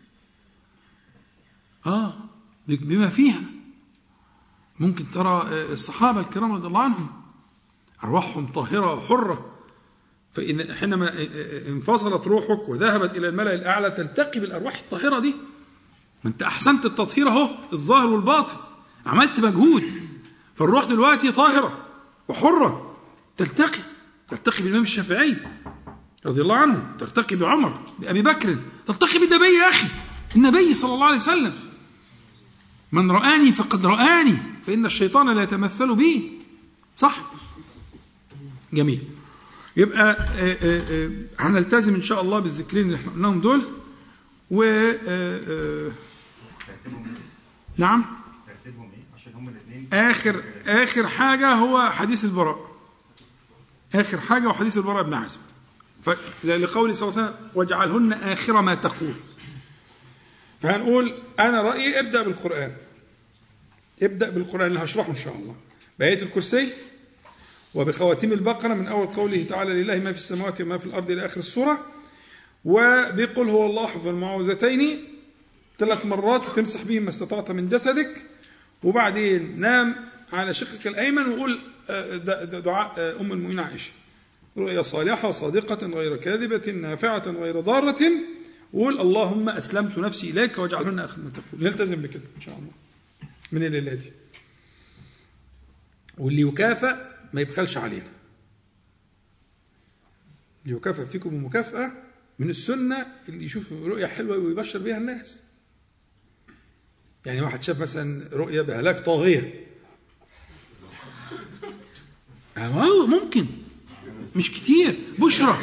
بما فيها، ممكن ترى الصحابة الكرام رضي الله عنهم أرواحهم طاهرة وحرة. فإن حينما انفصلت روحك وذهبت إلى الملأ الأعلى تلتقي بالأرواح الطاهرة دي. ما أنت أحسنت التطهير اهو، الظاهر والباطن، عملت مجهود، فالروح دلوقتي طاهرة وحرة، تلتقي بالإمام الشافعي رضي الله عنه، تلتقي بعمر، بأبي بكر، تلتقي بالنبي يا أخي، النبي صلى الله عليه وسلم. من رآني فقد رآني فإن الشيطان لا يتمثل بي. صح؟ جميل. يبقى هنلتزم إن شاء الله بالذكرين اللي احنا قلناهم دول. و نعم، عشان هم الاثنين آخر حاجة هو حديث البراء، آخر حاجة وحديث البراء بن عازب، لقوله صلى الله عليه وسلم واجعلهن آخر ما تقول. فهنقول أنا رأيي ابدأ بالقرآن اللي هشرحه إن شاء الله، بآية الكرسي وبخواتيم البقرة من أول قوله تعالى لله ما في السماوات وما في الأرض إلى آخر السورة، وبقل هو الله حفظ المعوذتين 3 مرات وتمسح بهم ما استطعت من جسدك، وبعدين نام على شقك الأيمن وقول دعاء أم المؤمنين عائشة، رؤيا صالحة صادقة غير كاذبة نافعة غير ضارة، وقول اللهم أسلمت نفسي إليك واجعلهن آخر ما تقول. يلتزم بكده إن شاء الله من الليلة دي. واللي يكافئ ما يبخلش علينا، اللي يكافئ فيكم المكافأة من السنة، اللي يشوف رؤية حلوة ويبشر بها الناس. يعني واحد شاف مثلا رؤية بهلاك طاغية، ممكن مش كتير بشرة.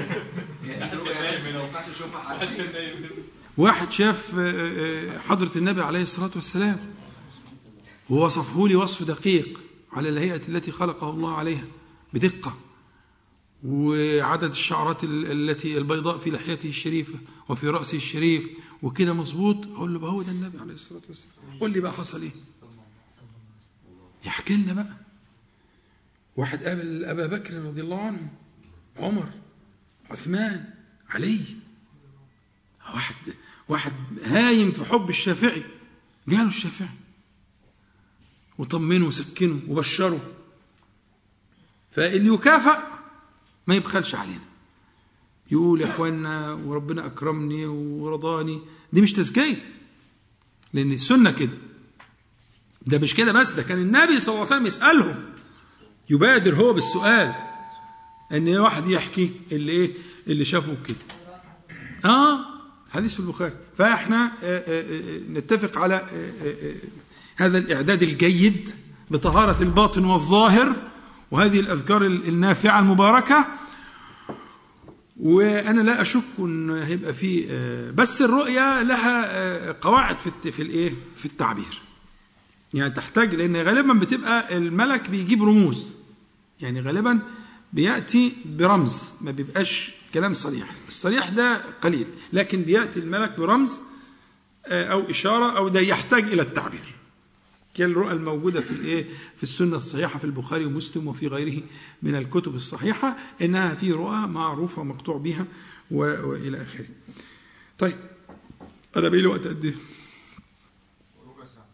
واحد شاف حضرة النبي عليه الصلاة والسلام ووصفه لي وصف دقيق على الهيئة التي خلقه الله عليها بدقة، وعدد الشعرات التي البيضاء في لحيته الشريفة وفي رأسه الشريف وكده مظبوط. أقول له هو ده النبي عليه الصلاة والسلام. قول لي بقى حصل إيه؟ يحكي لنا بقى. واحد قابل أبا بكر رضي الله عنه، عمر، عثمان، علي. واحد هايم في حب الشافعي، جاله الشافعي وطمنه وسكنه وبشره. فاللي يكافئ ما يبخلش علينا، يقول يا اخوانا وربنا اكرمني ورضاني. دي مش تزكية، لان السنة كده. ده مش كده بس، ده كان النبي صلى الله عليه وسلم يسألهم، يبادر هو بالسؤال، ان واحد يحكي اللي شافه كده. حديث في البخاري. فاحنا نتفق على هذا الإعداد الجيد بطهارة الباطن والظاهر، وهذه الأذكار النافعة المباركة. وأنا لا أشك أن هيبقى فيه، بس الرؤية لها قواعد في التعبير، يعني تحتاج، لأن غالبا بتبقى الملك بيجيب رموز، يعني غالبا بيأتي برمز، ما بيبقاش كلام صريح. الصريح ده قليل، لكن بيأتي الملك برمز أو إشارة أو ده يحتاج إلى التعبير. كالرؤى الموجودة في السنة الصحيحة في البخاري ومسلم وفي غيره من الكتب الصحيحة، إنها في رؤى معروفة ومقطوع بها وإلى آخره. طيب أنا بقي لي وقت قد إيه؟ ربع ساعة.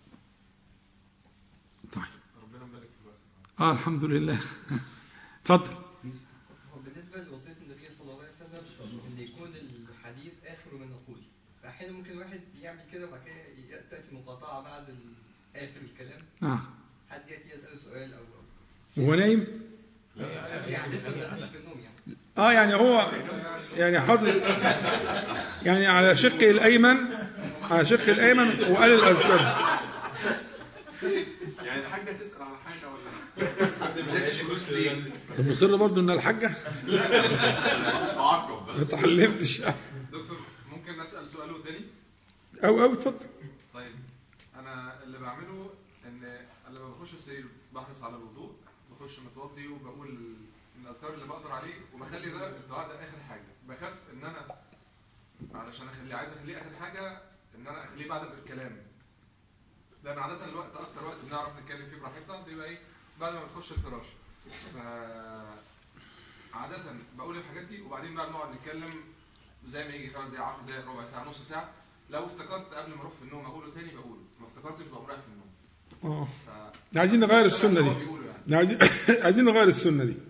طيب ربنا يبارك في الوقت. الحمد لله. اتفضل. بالنسبة لوصية النبي صلى الله عليه وسلم إن يكون الحديث آخر من نقول، أحيانا ممكن واحد يعمل كده وبعد كده تأتي مقاطعة بعد آخر الكلام. حد يأتي يسأل سؤال أو وهو نايم؟ يعني لسه ما دخلش في النوم يعني. يعني هو يعني حاطط يعني على شقه الأيمن، وقال الأذكار. يعني الحاجة تسأل على حاجة ولا ما تمسكش فلوس ليه؟ طب مصر برضه إن الحاجة تعاقب. ما اتعلمتش. دكتور ممكن أسأل سؤاله تاني؟ أو اتفضل. طيب أنا اللي بعمله إن لما بخش السرير بحرص على الوضوء، بخش متوضي وبقول الأذكار اللي بقدر عليه، وبخلي ده الدعاء ده آخر حاجة. بخاف إن أنا علشان عايز أخليه آخر حاجة إن أنا أخليه بعد الكلام، لأن عادة الوقت أكتر وقت بنعرف نتكلم فيه براحتنا بيبقى إيه؟ بعد ما بتخش الفراش. عادة بقول الحاجات دي وبعدين بعد ما نقعد نتكلم زي ما يجي 5 دقايق 10 دقايق ربع ساعة نص ساعة، لو افتكرت قبل ما اروح في النوم اقوله تاني بقوله، ما افتكرتش بقوم رايح في النوم. عايزين نغير السنة دي. عايزين نغير السنة دي.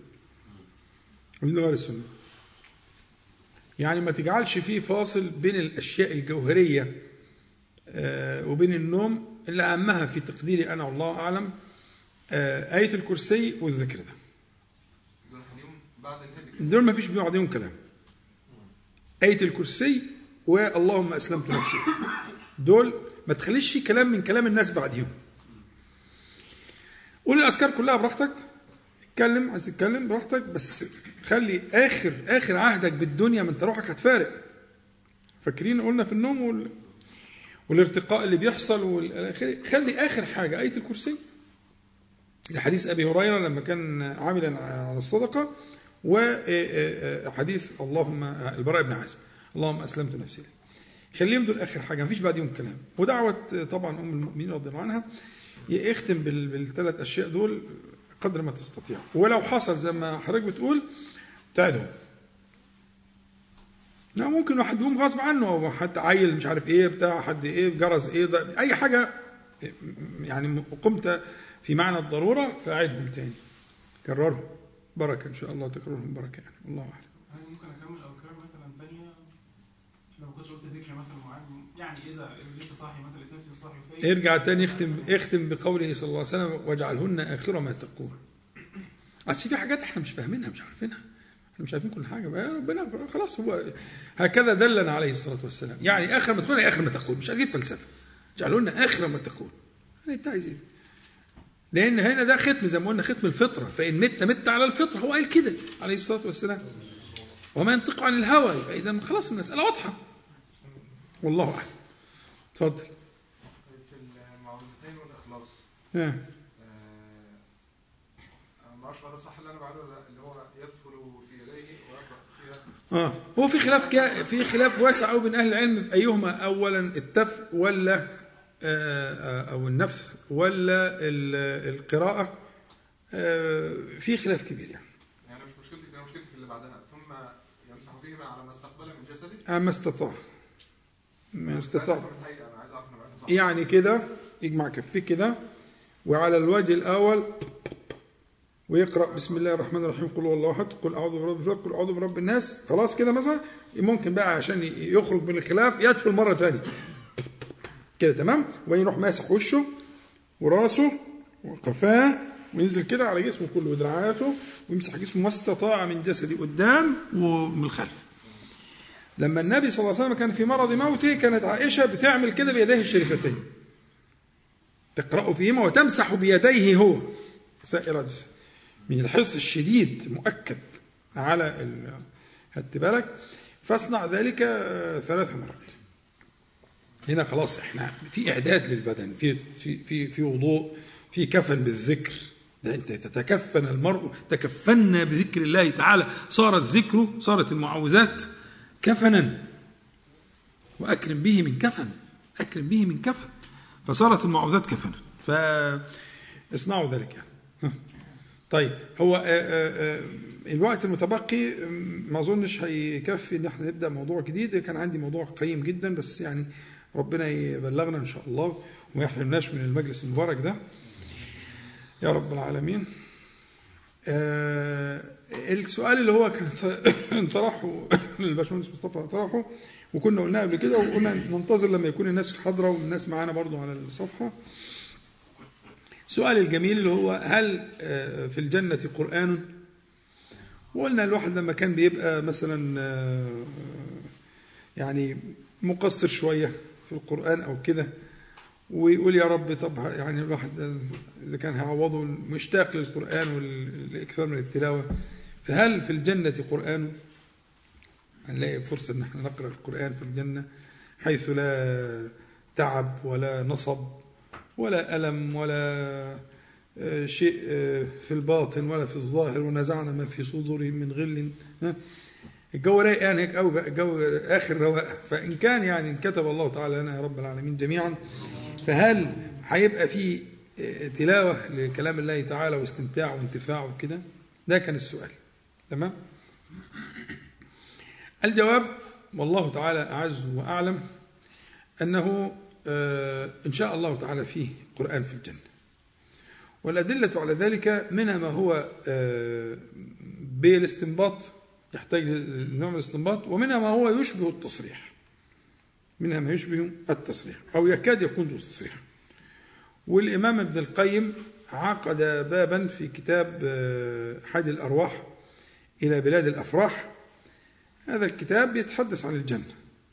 يعني ما تجعلش فيه فاصل بين الأشياء الجوهرية وبين النوم، إلا أهمها في تقديري أنا والله أعلم آية الكرسي والذكر ده. دول ما فيش بعضهم كلام. آية الكرسي واللهم أسلمت نفسي، دول ما تخليش فيه كلام من كلام الناس بعدهم. قول الأذكار كلها براحتك، اتكلم عايز تتكلم براحتك، بس خلي آخر عهدك بالدنيا، من روحك هتفارق. فاكرين قلنا في النوم والارتقاء اللي بيحصل خلي آخر حاجة آية الكرسي. لحديث أبي هريرة لما كان عاملا على الصدقة، وحديث اللهم البراء بن عازب اللهم أسلمت نفسي لك. خليهم دول آخر حاجة، مفيش بعدهم كلام. ودعوة طبعا أم المؤمنين رضي الله عنها يختم بالثلاث أشياء دول قدر ما تستطيع، ولو حصل زي ما حضرتك بتقول تعدهم. ممكن واحد يقوم غصب عنه، أو حد عيل مش عارف إيه بتاع حد إيه جرس إيه أي حاجة يعني قمت في معنى الضرورة، فأعدهم تاني كررهم بركة إن شاء الله، تكررهم بركة يعني. الله أعلم. هل ممكن أكمل أذكار مثلا تانية لو كنت قلت ذكر مثلا معين، يعني إذا لسه صاحي مثلا لقيت نفسي صاحي وفايق؟ ارجع تاني اختم بقوله صلى الله عليه وسلم واجعلهن آخر ما تقول. أصل في حاجات احنا مش فاهمينها مش عارفينها، احنا مش عارفين كل حاجة، ربنا خلاص هو هكذا دلنا عليه الصلاة والسلام. يعني آخر ما تقول آخر ما تقول، مش عايزين فلسفة. اجعلهن آخر ما تقول، يعني أنت عايز إيه؟ لأن هنا ده ختم زي ما قلنا، ختم الفطرة، فإن مت على الفطرة، هو قال كده عليه الصلاة والسلام، وما ينطق عن الهوى. فإذا خلاص المسألة واضحة، والله أعلم. اتفضل. في المعوذتين والإخلاص ما اعرفش ده صح اللي انا بعمله، اللي هو يدخل في يديه ويقرأ فيها. هو في خلاف واسع قوي بين اهل العلم في ايهما اولا، التف ولا او النفث ولا القراءه. في خلاف كبير يعني مش مشكلتي، انا مشكلتي في اللي بعدها، ثم يمسح فيهما على ما استقبل من جسده ما استطاع انا عايز اعرف انا بعمله صح. يعني كده يجمع كفيه كده وعلى الوجه الاول ويقرأ بسم الله الرحمن الرحيم قل هو الله أحد قل أعوذ برب الفلق قل أعوذ برب الناس. خلاص كده مثلا ممكن بقى عشان يخرج من الخلاف يدخل مرة ثانية كده تمام، ويروح ماسح وشه وراسه وقفاه وينزل كده على جسمه كله ودراعاته ويمسح جسمه ما استطاع من جسده قدام ومن الخلف. لما النبي صلى الله عليه وسلم كان في مرض موته كانت عائشة بتعمل كده بيديه الشريفتين، تقرأ فيهما وتمسح بيديه هو سائر جسده، من الحرص الشديد مؤكد على هات بالك. فاصنع ذلك 3 مرات. هنا خلاص احنا في اعداد للبدن، في وضوء، في كفن بالذكر. ده انت تتكفن المرء، تكفنا بذكر الله تعالى، صارت المعوذات كفنا، واكرم به من كفن. أكرم به من كفن، فصارت المعوذات كفنا، فاصنعوا ذلك يعني. طيب هو الوقت المتبقي ما أظنش هيكفي إن احنا نبدأ موضوع جديد. كان عندي موضوع قيم جدا، بس يعني ربنا يبلغنا إن شاء الله وما يحرمناش من المجلس المبارك ده يا رب العالمين. السؤال اللي هو كان طرحه الباشمهندس مصطفى طرحه، وكنا قلنا قبل كده، وقلنا ننتظر لما يكون الناس حاضرة والناس معانا برضو على الصفحة. السؤال الجميل اللي هو هل في الجنة قرآن؟ وقلنا الواحد لما كان بيبقى مثلا يعني مقصر شوية في القرآن أو كده، ويقول يا رب طب يعني الواحد إذا كان هيعوضه مشتاق للقرآن والإكثار من التلاوة، فهل في الجنة قرآن؟ هنلاقي فرصة إن احنا نقرأ القرآن في الجنة حيث لا تعب ولا نصب ولا ألم ولا شيء في الباطن ولا في الظاهر، ونزعنا ما في صدورهم من غل. الجو رايق يعني هيك قوي بقى، الجو آخر رواقة. فإن كان يعني إن كتب الله تعالى لنا يا رب العالمين جميعا، فهل هيبقى في تلاوة لكلام الله تعالى واستمتاع وانتفاع وكده؟ ده كان السؤال. تمام. الجواب والله تعالى أعز وأعلم أنه إن شاء الله تعالى فيه قرآن في الجنة، والأدلة على ذلك منها ما هو بالاستنباط يحتاج لنوع من الاستنباط، ومنها ما هو يشبه التصريح، منها ما يشبه التصريح أو يكاد يكون تصريحا. والإمام ابن القيم عقد بابا في كتاب حاد الأرواح إلى بلاد الأفراح. هذا الكتاب يتحدث عن الجنة،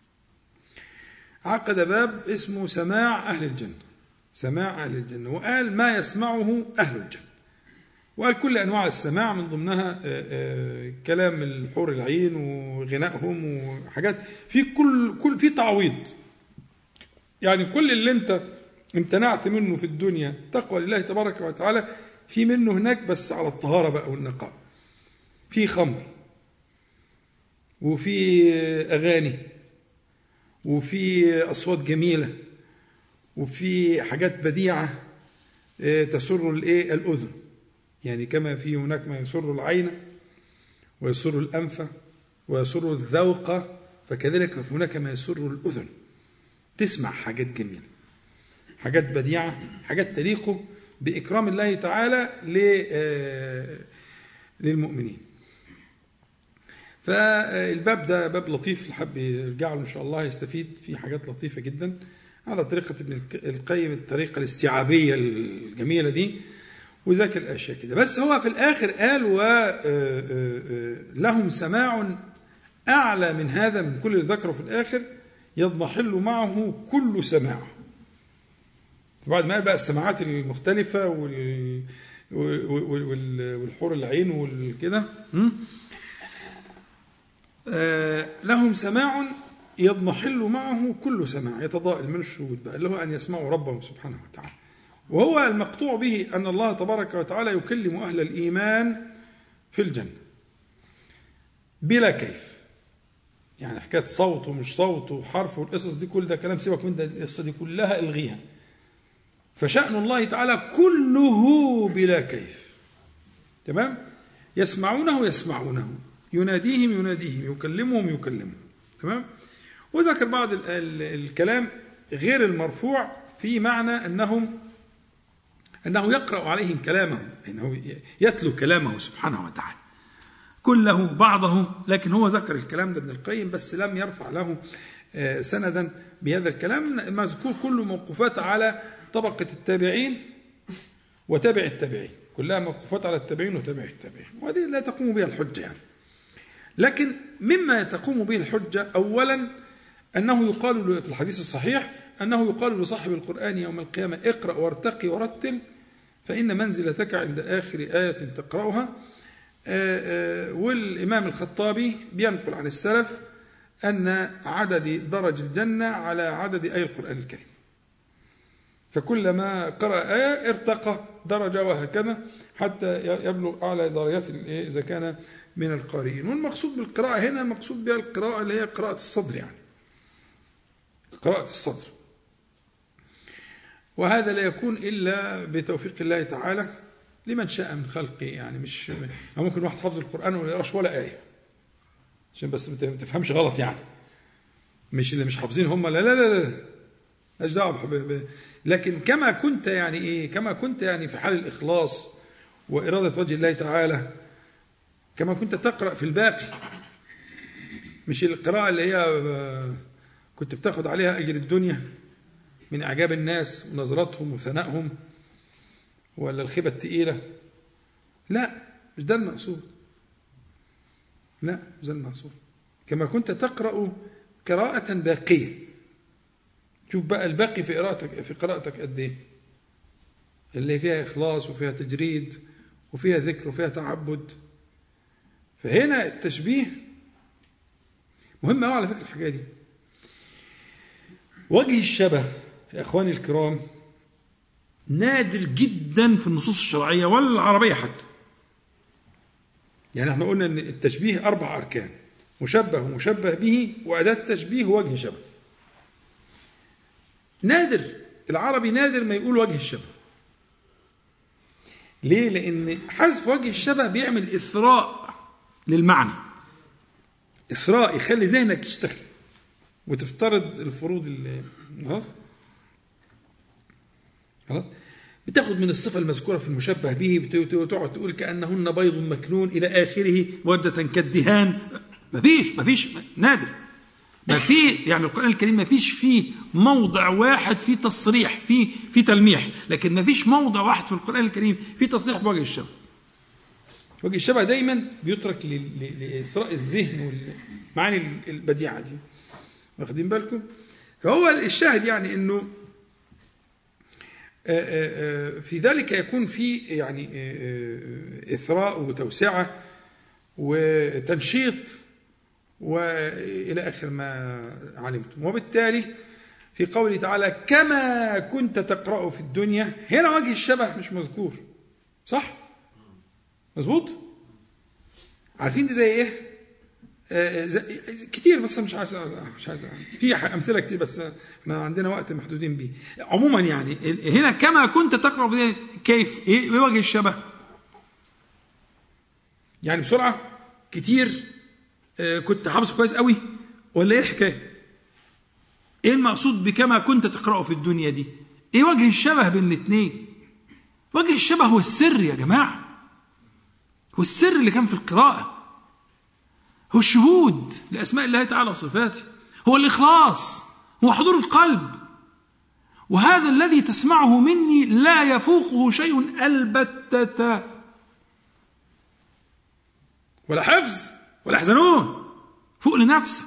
عقد باب اسمه سماع أهل الجنة، سماع أهل الجنة، وقال ما يسمعه أهل الجنة، وقال كل أنواع السماع من ضمنها كلام الحور العين وغنائهم وحاجات في كل في تعويض، يعني كل اللي انت امتنعت منه في الدنيا تقوى لله تبارك وتعالى في منه هناك، بس على الطهارة بقى والنقاء. في خمر وفي أغاني وفي أصوات جميلة وفي حاجات بديعة تسر الأذن، يعني كما في هناك ما يسر العين ويسر الأنف ويسر الذوق، فكذلك هناك ما يسر الأذن، تسمع حاجات جميلة، حاجات بديعة، حاجات تليق بإكرام الله تعالى للمؤمنين. فالباب ده باب لطيف، اللي حب يرجع له إن شاء الله يستفيد فيه حاجات لطيفة جدا على طريقة ابن القيم، الطريقة الاستيعابية الجميلة دي، وذاك الأشياء كده. بس هو في الآخر قال ولهم سماع أعلى من هذا، من كل اللي ذكره في الآخر يضمحل معه كل سماع. بعد ما بقى السماعات المختلفة والحور العين والكده، لهم سماع يضمحل معه كل سماع، يتضاءل من الشهود بقى، اللي هو أن يسمعوا ربهم سبحانه وتعالى. وهو المقطوع به أن الله تبارك وتعالى يكلم أهل الإيمان في الجنة بلا كيف، يعني حكاية صوت ومش صوت وحرف والقصص دي كل ده كلام، سيبك من ده، القصة دي كلها الغيها. فشأن الله تعالى كله بلا كيف. تمام. يسمعونه يناديهم يكلمهم. تمام. وذكر بعض الكلام غير المرفوع في معنى أنه يقرأ عليهم كلامه، أنه يتلو كلامه سبحانه وتعالى كله بعضه، لكن هو ذكر الكلام ده ابن القيم بس لم يرفع له سندا بهذا الكلام. مذكور كل موقوفات على طبقة التابعين وتابع التابعين، كلها موقوفات على التابعين وتابع التابعين، وهذه لا تقوم بها الحجة يعني. لكن مما تقوم به الحجة أولا أنه يقال في الحديث الصحيح أنه يقال لصاحب القرآن يوم القيامة اقرأ وارتقي ورتل فإن منزلتك عند آخر آية تقرأها. والإمام الخطابي بينقل عن السلف أن عدد درج الجنة على عدد آية القرآن الكريم، فكلما قرأ آية ارتقى درجة وهكذا حتى يبلغ أعلى درجات إذا كان من القارئين. والمقصود بالقراءة هنا مقصود بها القراءة اللي هي قراءة الصدر، يعني قراءة الصدر وهذا لا يكون إلا بتوفيق الله تعالى لمن شاء من خلقه. يعني مش ممكن واحد حافظ القرآن ولا يقراش ولا آية، عشان بس ما تفهمش غلط. يعني مش اللي مش حافظين هم، لا لا لا لا، مالناش دعوه. لكن كما كنت يعني ايه، كما كنت يعني في حال الإخلاص وإرادة وجه الله تعالى، كما كنت تقرأ في الباقي، مش القراءة اللي هي كنت بتاخد عليها أجر الدنيا من إعجاب الناس ونظرتهم وثنائهم ولا الخيبة التقيلة. لا، مش ده المقصود. لا، مش ده المقصود. كما كنت تقرأ قراءة باقية. شوف بقى الباقي في قراءتك قد ايه، اللي فيها إخلاص وفيها تجريد وفيها ذكر وفيها تعبد. فهنا التشبيه مهم قوي على فكرة الحاجة دي. وجه الشبه يا أخواني الكرام نادر جدا في النصوص الشرعية ولا العربية حتى. يعني احنا قلنا ان التشبيه 4 أركان: مشبه ومشبه به وأداة تشبيه ووجه شبه. نادر العربي، نادر ما يقول وجه الشبه. ليه؟ لأن حذف وجه الشبه بيعمل إثراء للمعنى، إثراء يخلي ذهنك يشتغل وتفترض الفروض خلاص. بتاخد من الصفة المذكورة في المشبه به وتقعد تقول كأنهن بيض مكنون إلى آخره وردة كالدهان. مفيش نادر. ما في يعني القرآن الكريم ما فيش فيه موضع واحد فيه تصريح في تلميح، لكن ما فيش موضع واحد في القرآن الكريم فيه تصريح بوجه الشبه. وجه الشبه دايما بيترك لإثراء الذهن والمعاني البديعة دي، واخدين بالكم؟ فهو الشاهد يعني انه في ذلك يكون في يعني إثراء وتوسعة وتنشيط وإلى آخر ما علمتم. وبالتالي في قوله تعالى كما كنت تقرأ في الدنيا، هنا وجه الشبه مش مذكور، صح؟ مظبوط؟ عارفين دي زي ايه؟ كتير بس مش عايز في أمثلة كتير بس احنا عندنا وقت محدودين به. عموما يعني هنا كما كنت تقرأ في كيف ايه وجه الشبه؟ يعني بسرعة كتير كنت حافظ كويس قوي ولا ايه الحكايه؟ ايه المقصود بكما كنت تقرأ في الدنيا دي؟ ايه وجه الشبه بين الاثنين؟ وجه الشبه هو السر يا جماعه، هو السر اللي كان في القراءه، هو الشهود لأسماء الله تعالى وصفاته، هو الإخلاص، هو حضور القلب. وهذا الذي تسمعه مني لا يفوقه شيء البتة، ولا حفظ ولا يحزنون. فوق لنفسك.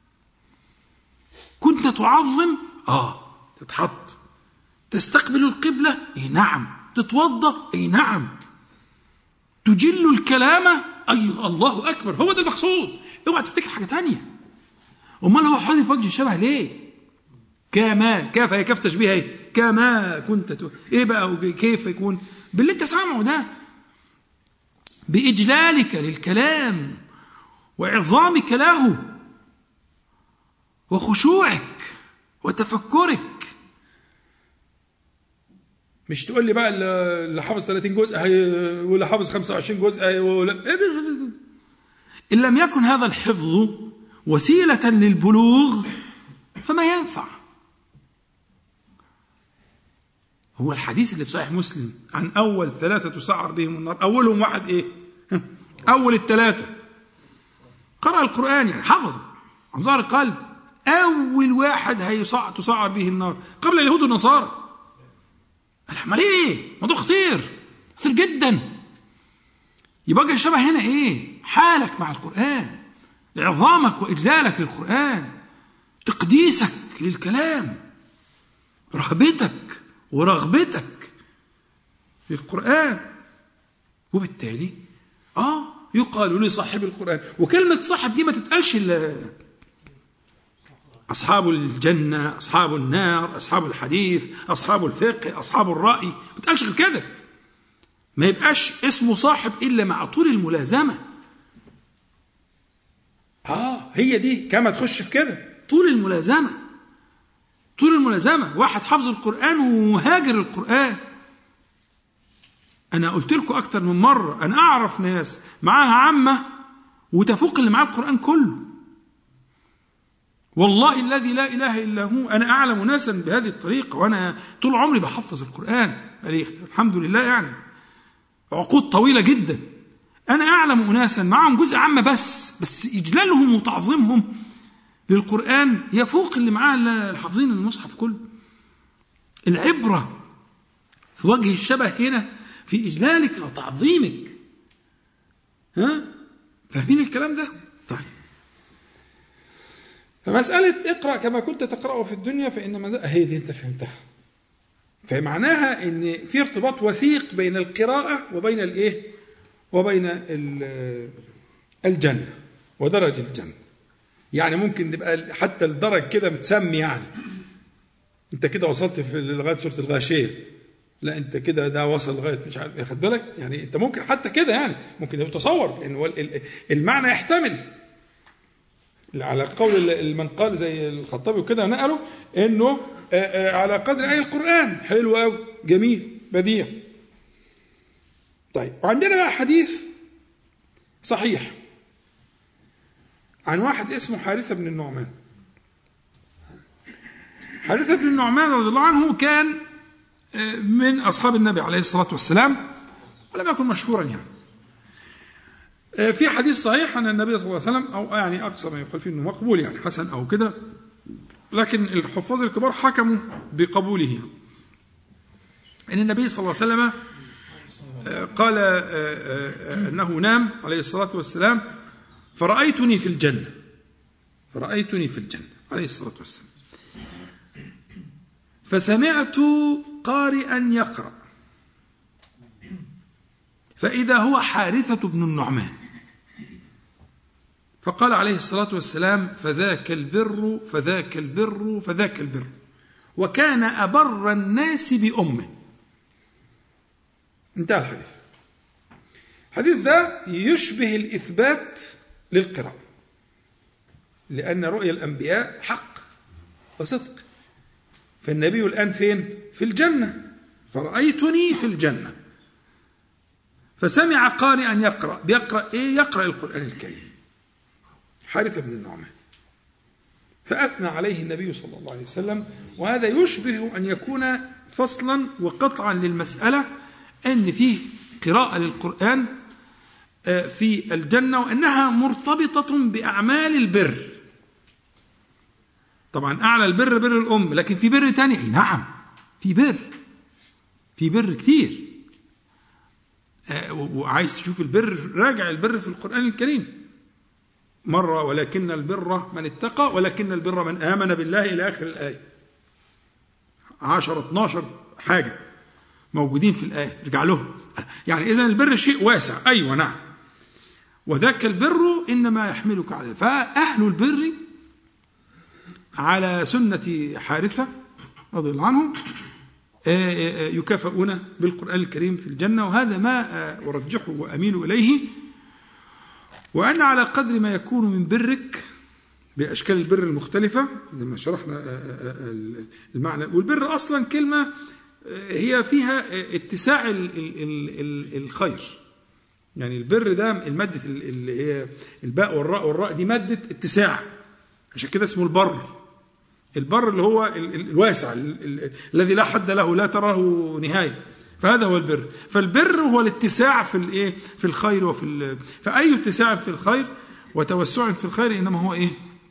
كنت تعظم تتحط، تستقبل القبلة نعم، تتوضأ نعم، تجل الكلام الله أكبر. هو ده المقصود، اوعى تفتكر حاجة تانية. امال هو حذف وجه الشبه ليه؟ كما كاف هي كاف تشبيه ايه؟ كما كنت ايه بقى كيف يكون باللي انت سامعه ده، بإجلالك للكلام وإعظامك له وخشوعك وتفكرك. مش تقول لي بقى اللي حافظ 30 جزء واللي حافظ 25 جزء إن لم يكن هذا الحفظ وسيلة للبلوغ فما ينفع. هو الحديث اللي في صحيح مسلم عن أول 3 تسعر بهم النار، أولهم واحد إيه؟ أول 3 قرأ القرآن يعني حفظ عن ظهر القلب، أول واحد تسعر به النار قبل اليهود والنصارى. الأحمال إيه؟ موضوع خطير جدا. يبقى الشبه هنا إيه؟ حالك مع القرآن، إعظامك وإجلالك للقرآن، تقديسك للكلام، رهبتك ورغبتك في القرآن. وبالتالي يقال لصاحب القرآن. وكلمة صاحب دي ما تتقالش إلا أصحاب الجنة، أصحاب النار، أصحاب الحديث، أصحاب الفقه، أصحاب الرأي، ما تتقالش غير كده. ما يبقاش اسمه صاحب إلا مع طول الملازمة. هي دي كما تخش في كده، طول الملازمة، طول الملازمة. واحد حافظ القرآن ومهاجر القرآن. أنا قلت لكم أكتر من مرة، أنا أعرف ناس معاها عامة وتفوق اللي معاه القرآن كله. والله الذي لا إله إلا هو، أنا أعلم ناسا بهذه الطريقة، وأنا طول عمري بحفظ القرآن الحمد لله، يعني عقود طويلة جدا. أنا أعلم أناسا معهم جزء عامة بس إجلالهم وتعظيمهم للقرآن يفوق اللي معاه الحافظين المصحف كله. العبرة في وجه الشبه هنا في إجلالك وتعظيمك. فاهمين الكلام ده؟ طيب، فمسألة اقرأ كما كنت تقرأه في الدنيا فإنما هي دي أنت فهمتها. فمعناها إن في ارتباط وثيق بين القراءة وبين الإيه؟ وبين الجنة ودرج الجنة. يعني ممكن نبقى حتى الدرج كده متسمي، يعني أنت كده وصلت في لغاية سورة الغاشية، لا أنت كده ده وصل لغاية مش عارف، خد بالك يعني أنت ممكن حتى كده، يعني ممكن يتصور لأن المعنى يحتمل على قول من قال زي الخطابي وكده نقلوا إنه على قدر آية القرآن. حلو أوي، جميل، بديع. طيب، وعندنا بقى حديث صحيح عن واحد اسمه حارثة بن النعمان. حارثة بن النعمان رضي الله عنه كان من أصحاب النبي عليه الصلاة والسلام، ولم يكن مشهورا يعني. في حديث صحيح أن النبي صلى الله عليه وسلم، أو يعني أقصى ما يقال فيه أنه مقبول يعني حسن أو كده، لكن الحفاظ الكبار حكموا بقبوله، أن النبي صلى الله عليه وسلم قال أنه نام عليه الصلاة والسلام فرأيتني في الجنة عليه الصلاة والسلام، فسمعت قارئا يقرأ فإذا هو حارثة بن النعمان، فقال عليه الصلاة والسلام فذاك البر وكان أبر الناس بأمه. انتهى الحديث. الحديث ده يشبه الإثبات للقراءة، لأن رؤيا الأنبياء حق وصدق. فالنبي الآن فين؟ في الجنة، فرأيتني في الجنة، فسمع قارئا يقرأ. بيقرأ إيه؟ يقرأ القرآن الكريم، حارثة بن النعمان، فأثنى عليه النبي صلى الله عليه وسلم. وهذا يشبه أن يكون فصلا وقطعا للمسألة أن فيه قراءة للقرآن في الجنة، وأنها مرتبطة بأعمال البر. طبعا أعلى البر بر الأم، لكن في بر تاني. نعم، في بر كتير. وعايز تشوف البر، راجع البر في القرآن الكريم مرة، ولكن البر من اتقى ولكن البر من آمن بالله إلى آخر الآية. 10-12 حاجة موجودين في الآية، رجع لهم. يعني إذن البر شيء واسع. أيوة نعم، وذاك البر إنما يحملك على. فأهل البر على سنة حارثة رضي الله عنه يكافئون بالقرآن الكريم في الجنة. وهذا ما أرجحه وأميل إليه، وأن على قدر ما يكون من برك بأشكال البر المختلفة لما شرحنا المعنى. والبر أصلا كلمة هي فيها اتساع الخير، يعني البر ده المادة اللي هي الباء والراء دي مادة اتساع، عشان كده اسمه البر اللي هو الواسع الذي لا حد له لا تراه نهاية. فهذا هو البر. فالبر هو الاتساع في الخير فأي اتساع في الخير وتوسع في الخير إنما هو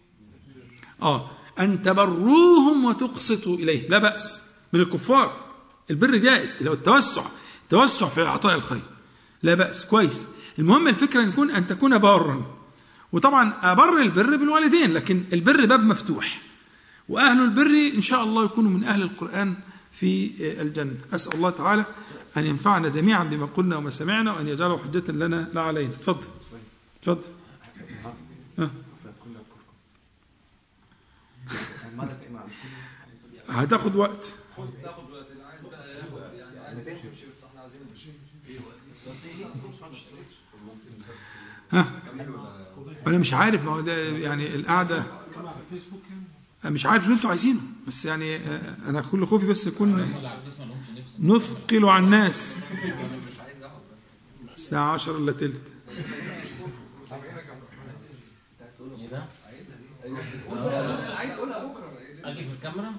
أن تبروهم وتقسطوا إليه. لا بأس من الكفار، البر جائز لو التوسع في إعطاء الخير، لا بأس، كويس. المهم الفكرة أن تكون بارا. وطبعا أبر البر بالوالدين، لكن البر باب مفتوح، وأهل البر إن شاء الله يكونوا من أهل القرآن في الجنة. أسأل الله تعالى أن ينفعنا جميعا بما قلنا وما سمعنا، وأن يجعله حجة لنا لا علينا. تفضل. هتاخد وقت. أنا مش عارف، ما هو ده يعني القعدة. مش عارف اللي انتوا عايزينه، بس يعني انا كل خوفي بس يكون نثقل على الناس. الساعة 10 إلا تلت. ايه ده؟ عايز اقولها بكره اجي في الكاميرا.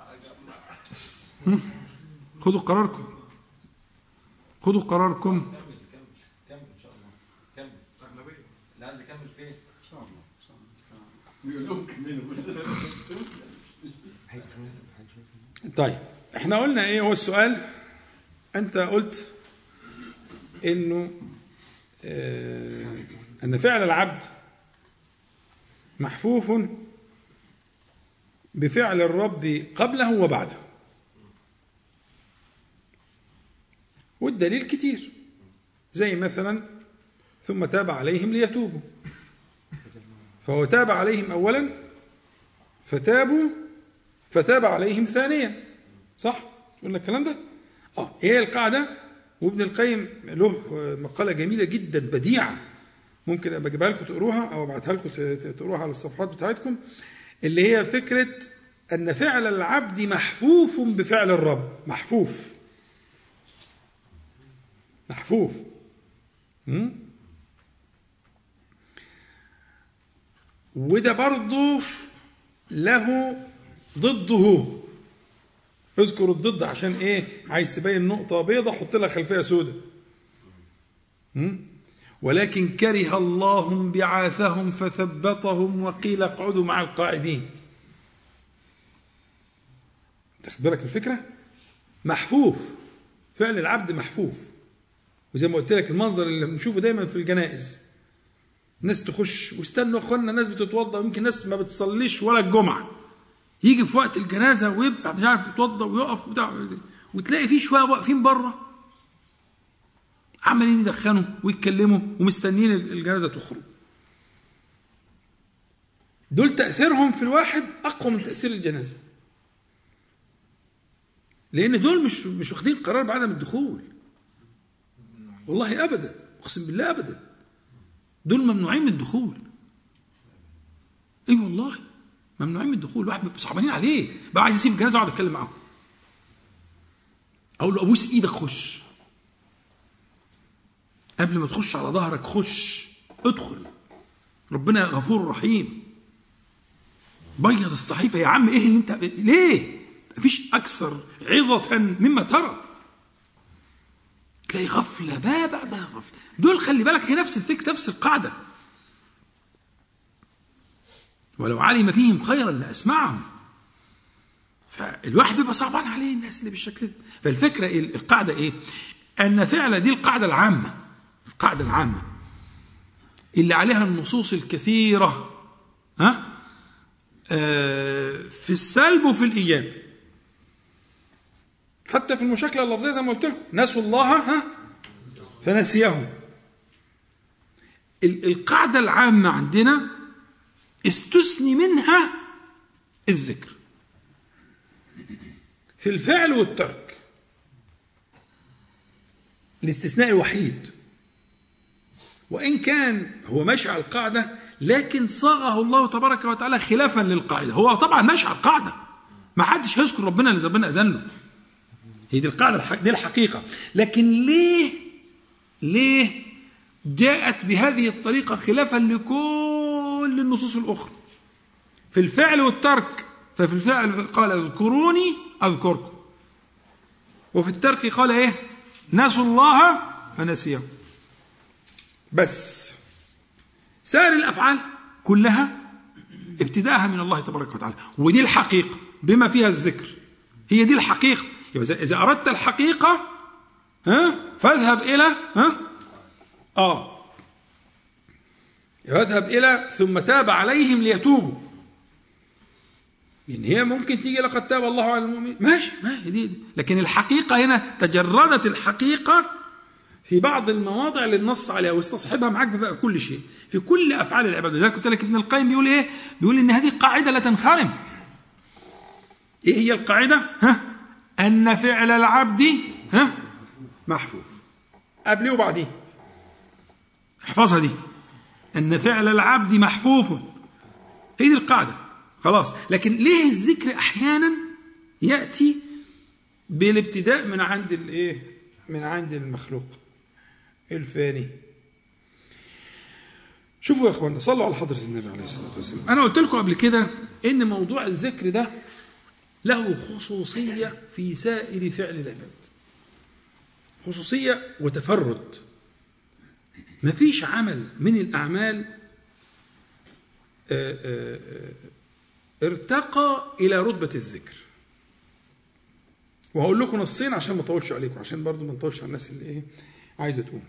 خدوا قراركم، خدوا قراركم. كمل ان شاء الله. كمل اغلبيه اللي عايز يكمل فين ان شاء الله. ان شاء الله بيقول لهم كملوا. طيب احنا قلنا ايه هو السؤال؟ انت قلت انه ان فعل العبد محفوف بفعل الرب قبله وبعده، والدليل كتير، زي مثلا ثم تاب عليهم ليتوبوا، فهو تاب عليهم اولا فتابوا فتاب عليهم ثانيا، صح؟ قلنا الكلام ده؟ هي القاعدة. وابن القيم له مقالة جميلة جدا بديعة، ممكن أبقى أجيبها لكم تقروها أو أبعتها لكم تقروها على الصفحات بتاعتكم، اللي هي فكرة أن فعل العبد محفوف بفعل الرب. محفوف محفوف. وده برضو له ضده. اذكر الضد عشان ايه؟ عايز تبين نقطة بيضة حط لها خلفية سوداء. ولكن كره الله بعاثهم فثبطهم وقيل اقعدوا مع القاعدين. تخبرك الفكرة؟ محفوف، فعل العبد محفوف. وزي ما قلت لك المنظر اللي بنشوفه دايما في الجنائز، ناس تخش واستنوا اخوانا، ناس بتتوضا، يمكن ناس ما بتصليش ولا الجمعة، يجي في وقت الجنازة ويبقى مش عارف يتوضا ويقف وتلاقي فيه شوية واقفين بره عمالين يدخنوا ويتكلموا ومستنين الجنازة تخرج. دول تأثيرهم في الواحد أقوى من تأثير الجنازة، لأن دول مش واخدين قرار بعدم الدخول، والله أبدا، أقسم بالله أبدا، دول ممنوعين من الدخول. أيوة والله ممنوعين من الدخول. واحد صعبانين عليه بقى عايز يسيب الجنازة وأقعد أتكلم معاهم، أقول له أبوس إيدك خش، قبل ما تخش على ظهرك خش، ادخل، ربنا غفور رحيم، بيض الصحيفة يا عم. إيه اللي أنت ليه؟ مفيش أكثر عظة مما ترى. تلاقي غفلة ما بعدها غفلة. دول خلي بالك هي نفس الفكرة، نفس القاعدة. ولو علم فيهم خيرا لأسمعهم. فالواحد بيبقى صعبان عليه الناس اللي بالشكل ده. فالفكرة إيه؟ القاعدة إيه؟ أن فعل دي القاعدة العامة، القاعدة العامة اللي عليها النصوص الكثيرة في السلب وفي الإيجاب، حتى في المشاكلة اللفظية زي ما قلت لكم، نسوا الله فنسيهم. القاعدة العامة عندنا استثني منها الذكر في الفعل والترك، الاستثناء الوحيد، وإن كان هو ماشي على القاعدة لكن صاغه الله تبارك وتعالى خلافا للقاعدة. هو طبعا ماشي على القاعدة، ما حدش يذكر ربنا اللي ربنا أذن له، هي دي القاعدة، دي الحقيقة. لكن ليه جاءت بهذه الطريقة خلافا لكل النصوص الأخرى؟ في الفعل والترك، ففي الفعل قال اذكروني أذكركم، وفي الترك قال إيه؟ نسوا الله فنسيهم. بس سائر الأفعال كلها ابتداءها من الله تبارك وتعالى، ودي الحقيقة بما فيها الذكر، هي دي الحقيقة. إذا أردت الحقيقة فاذهب إلى يذهب إلى ثم تاب عليهم ليتوبوا، لأن هي ممكن تيجي لقد تاب الله على المؤمنين، ماشي، ما هي دي. لكن الحقيقة هنا تجردت الحقيقة في بعض المواضع اللي النص عليها واستصحبها معاك بقى كل شيء في كل أفعال العبادة. لذلك قلت لك ابن القيم بيقول إيه؟ بيقول إن هذه قاعدة لا تنخرم. إيه هي القاعدة؟ أن فعل العبد محفوظ، قبله وبعديه، احفظها دي، أن فعل العبد محفوظ، هي دي القاعدة. خلاص. لكن ليه الذكر أحيانا يأتي بالابتداء من عند الايه؟ من عند المخلوق الفاني. شوفوا يا اخوانا، صلوا على حضرة النبي عليه الصلاة والسلام. أنا قلت لكم قبل كده إن موضوع الذكر ده له خصوصية في سائر فعل العباد، خصوصية وتفرد. مفيش عمل من الأعمال ارتقى إلى رتبة الذكر. وهقول لكم نصين عشان ما اطولش عليكم، عشان برضو ما نطولش على الناس اللي ايه عايزه تقوم.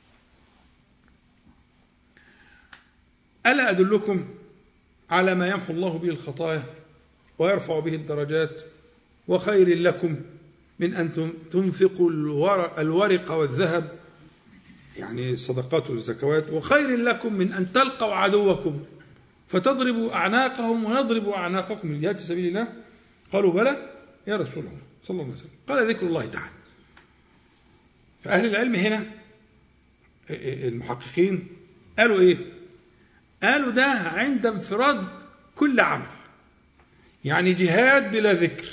ألا أدلكم على ما يمحو الله به الخطايا ويرفع به الدرجات وخير لكم من أن تنفقوا الورق والذهب، يعني الصدقات والزكوات، وخير لكم من أن تلقوا عدوكم فتضربوا أعناقهم ونضربوا أعناقكم للجهاد في سبيل الله؟ قالوا بلى يا رسول الله صلى الله عليه وسلم. قال ذكر الله تعالى. فأهل العلم هنا المحققين قالوا إيه؟ قالوا ده عند انفراد كل عمل، يعني جهاد بلا ذكر،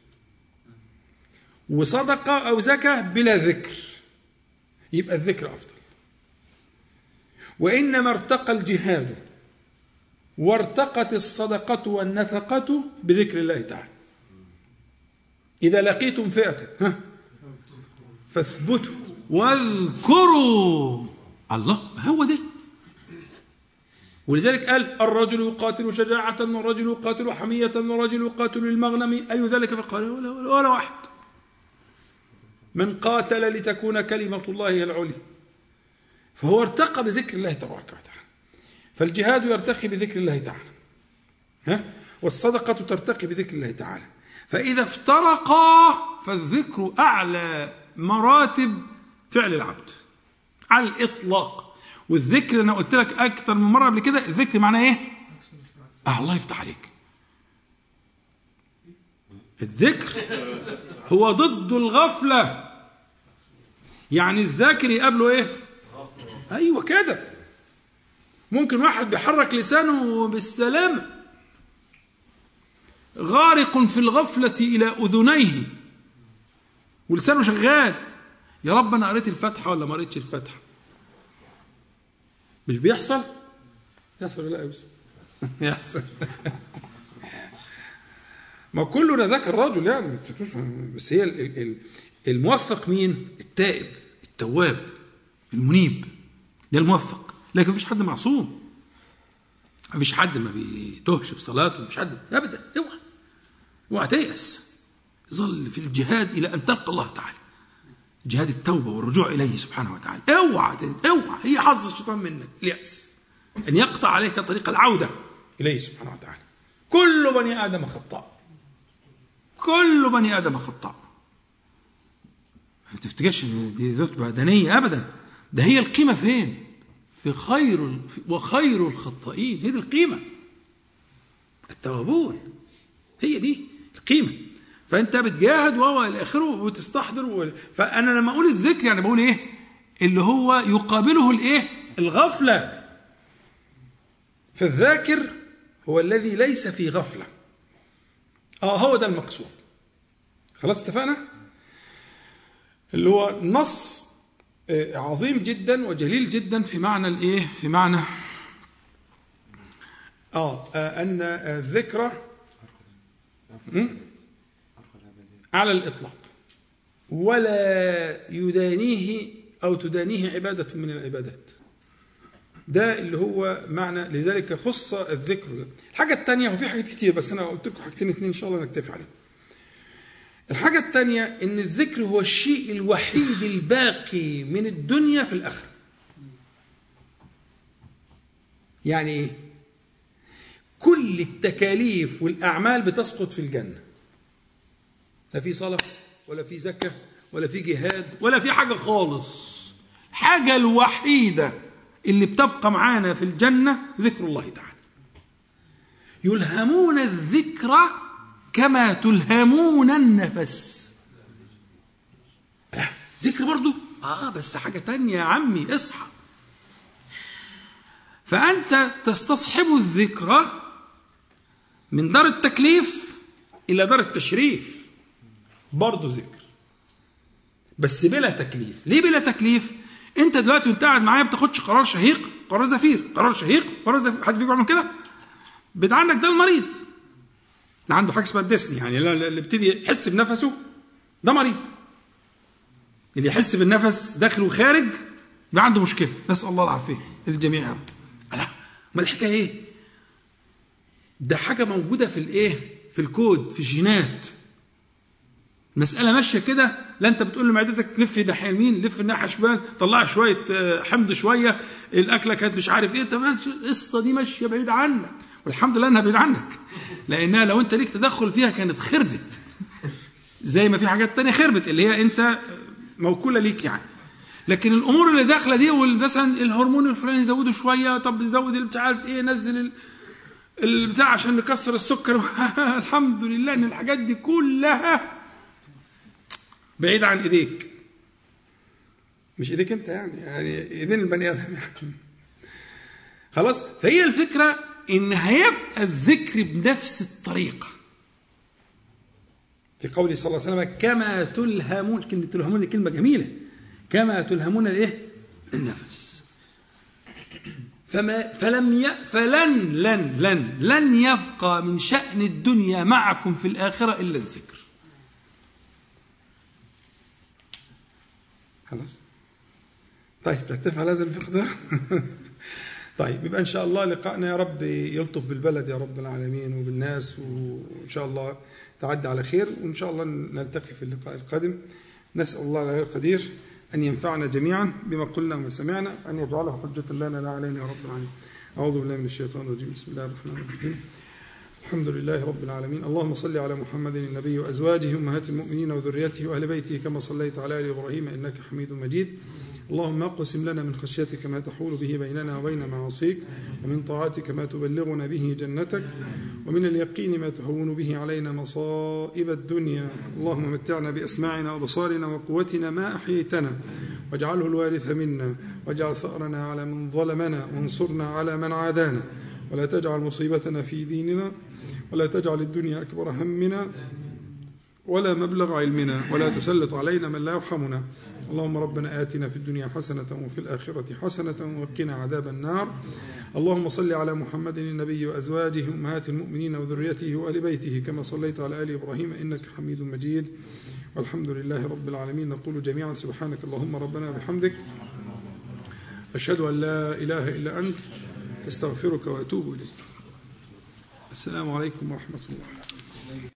وصدقة أو زكاة بلا ذكر، يبقى الذكر أفضل. وإنما ارتقى الجهاد وارتقت الصدقة والنفقة بذكر الله تعالى. إذا لقيتم فئة فاثبتوا واذكروا الله، هو ده. ولذلك قال الرجل يقاتل شجاعة والرجل يقاتل حمية والرجل يقاتل للمغنم أي ذلك، فقال ولا واحد. من قاتل لتكون كلمة الله هي العليا، فهو ارتقى بذكر الله تبارك وتعالى. فالجهاد يرتقي بذكر الله تعالى، والصدقة ترتقي بذكر الله تعالى. فإذا افترقا فالذكر أعلى مراتب فعل العبد على الإطلاق. والذكر أنا قلت لك أكثر من مرة قبل كده، الذكر معناه إيه؟ الله يفتح عليك. الذكر هو ضد الغفلة. يعني الذاكر يقابله إيه؟ أيوة كده. ممكن واحد بيحرك لسانه بالسلامة، غارق في الغفلة إلى أذنيه ولسانه شغال، يا رب أنا قريت الفاتحة ولا ما قريتش الفاتحة؟ مش بيحصل؟ يحصل ولا لا يحصل؟ ما كلنا ذاك الرجل يعني. بس هي الموفق مين؟ التائب التواب المنيب، ده الموفق. لكن مفيش حد معصوم، مفيش حد ما بيتوهش في صلاته، مفيش حد ابدا. اوعى تيأس، ظل في الجهاد الى ان تلقى الله تعالى، جهاد التوبه والرجوع اليه سبحانه وتعالى. اوعى، هي حظ الشيطان منك اليأس، ان يقطع عليك طريق العوده اليه سبحانه وتعالى. كل بني ادم خطاء، كل بني ادم خطاء. ما تفتكرش ان دي رتبه دنيه ابدا، ده هي القيمه فين؟ في وخير الخطائين، هي دي القيمه، التوابون، هي دي القيمه. فانت بتجاهد وهو الى اخره وتستحضر. فانا لما اقول الذكر يعني بقول ايه؟ اللي هو يقابله الايه؟ الغفله. فالذاكر هو الذي ليس في غفله. هو ده المقصود. خلاص اتفقنا؟ اللي هو نص عظيم جدا وجليل جدا في معنى الايه؟ في معنى ان الذكر على الإطلاق ولا يدانيه أو تدانيه عبادة من العبادات. ده اللي هو معنى، لذلك خص الذكر. الحاجة الثانية، وفي حاجات كتير بس أنا قلت لكم حاجتين اتنين إن شاء الله نكتفي عليهم. الحاجة الثانية إن الذكر هو الشيء الوحيد الباقي من الدنيا في الآخرة. يعني إيه؟ كل التكاليف والأعمال بتسقط في الجنة، لا في صلاة ولا في زكاة ولا في جهاد ولا في حاجة خالص. الحاجة الوحيدة اللي بتبقى معانا في الجنة ذكر الله تعالى. يلهمون الذكر كما تلهمون النفس. ذكر برضو بس حاجة تانية يا عمي، اصحى. فأنت تستصحب الذكر من دار التكليف إلى دار التشريف، برضه ذكر بس بلا تكليف. ليه بلا تكليف؟ أنت دلوقتي وأنت قاعد معايا بتاخدش قرار شهيق قرار زفير، قرار شهيق قرار زفير. حد فيكم يعمل كده؟ بدأ عنك ده المريض اللي عنده حاجة اسمها الدسني، يعني اللي ابتدي يحس بنفسه ده مريض. اللي يحس بالنفس داخل وخارج يبقى عنده مشكلة، نسأل الله العافية للجميع. لا، ما الحكاية ايه؟ ده حاجة موجودة في الايه؟ في الكود، في الجينات. المسألة ماشية كده، لا انت بتقول لمعدتك لف ناحية يمين، لف ناحية شمال، طلع شوية حمض شوية، الأكلة كانت مش عارف ايه، تمام. القصة دي ماشية بعيد عنك، والحمد لله انها بعيد عنك، لأنها لو انت ليك تدخل فيها كانت خربت، زي ما في حاجات تانية خربت اللي هي انت موكولة ليك يعني. لكن الامور اللي داخله دي، مثلا الهرمون الفلاني يزوده شويه، طب يزود مش عارف ايه، نزل البتاع عشان نكسر السكر الحمد لله ان الحاجات دي كلها بعيد عن ايديك، مش ايديك انت يعني ايدين البني ادم يعني. خلاص. فهي الفكره ان هيبقى الذكر بنفس الطريقه. في قوله صلى الله عليه وسلم كما تلهمون، كلمه تلهمون دي كلمه جميله، كما تلهمون الايه؟ النفس. فلن يبقى من شأن الدنيا معكم في الآخرة إلا الذكر. خلاص. طيب نكتفي على هذا المقدار. طيب يبقى إن شاء الله لقائنا يا رب يلطف بالبلد يا رب العالمين وبالناس، وإن شاء الله تعدي على خير، وإن شاء الله نلتقي في اللقاء القادم. نسأل الله العلي القدير أن ينفعنا جميعا بما قلنا وما سمعنا، أن يجعله حجة لنا لا علينا يا رب العالمين. أعوذ بالله من الشيطان الرجيم. بسم الله الرحمن الرحيم. الحمد لله رب العالمين. اللهم صل على محمد النبي وأزواجه أمهات المؤمنين وذريته وأهل بيته كما صليت على آل إبراهيم إنك حميد مجيد. اللهم اقسم لنا من خشيتك ما تحول به بيننا وبين معاصيك، ومن طاعتك ما تبلغنا به جنتك، ومن اليقين ما تهون به علينا مصائب الدنيا. اللهم متعنا بأسماعنا وبصارنا وقوتنا ما أحييتنا، واجعله الوارث منا، واجعل ثأرنا على من ظلمنا، وانصرنا على من عادانا، ولا تجعل مصيبتنا في ديننا، ولا تجعل الدنيا أكبر همنا ولا مبلغ علمنا، ولا تسلط علينا من لا يرحمنا. اللهم ربنا آتنا في الدنيا حسنة وفي الآخرة حسنة وقنا عذاب النار. اللهم صل على محمد النبي وأزواجه أمهات المؤمنين وذريته وآل بيته كما صليت على آل إبراهيم إنك حميد مجيد. والحمد لله رب العالمين. نقول جميعا سبحانك اللهم ربنا وبحمدك، أشهد أن لا إله إلا أنت، استغفرك وأتوب إليك. السلام عليكم ورحمة الله.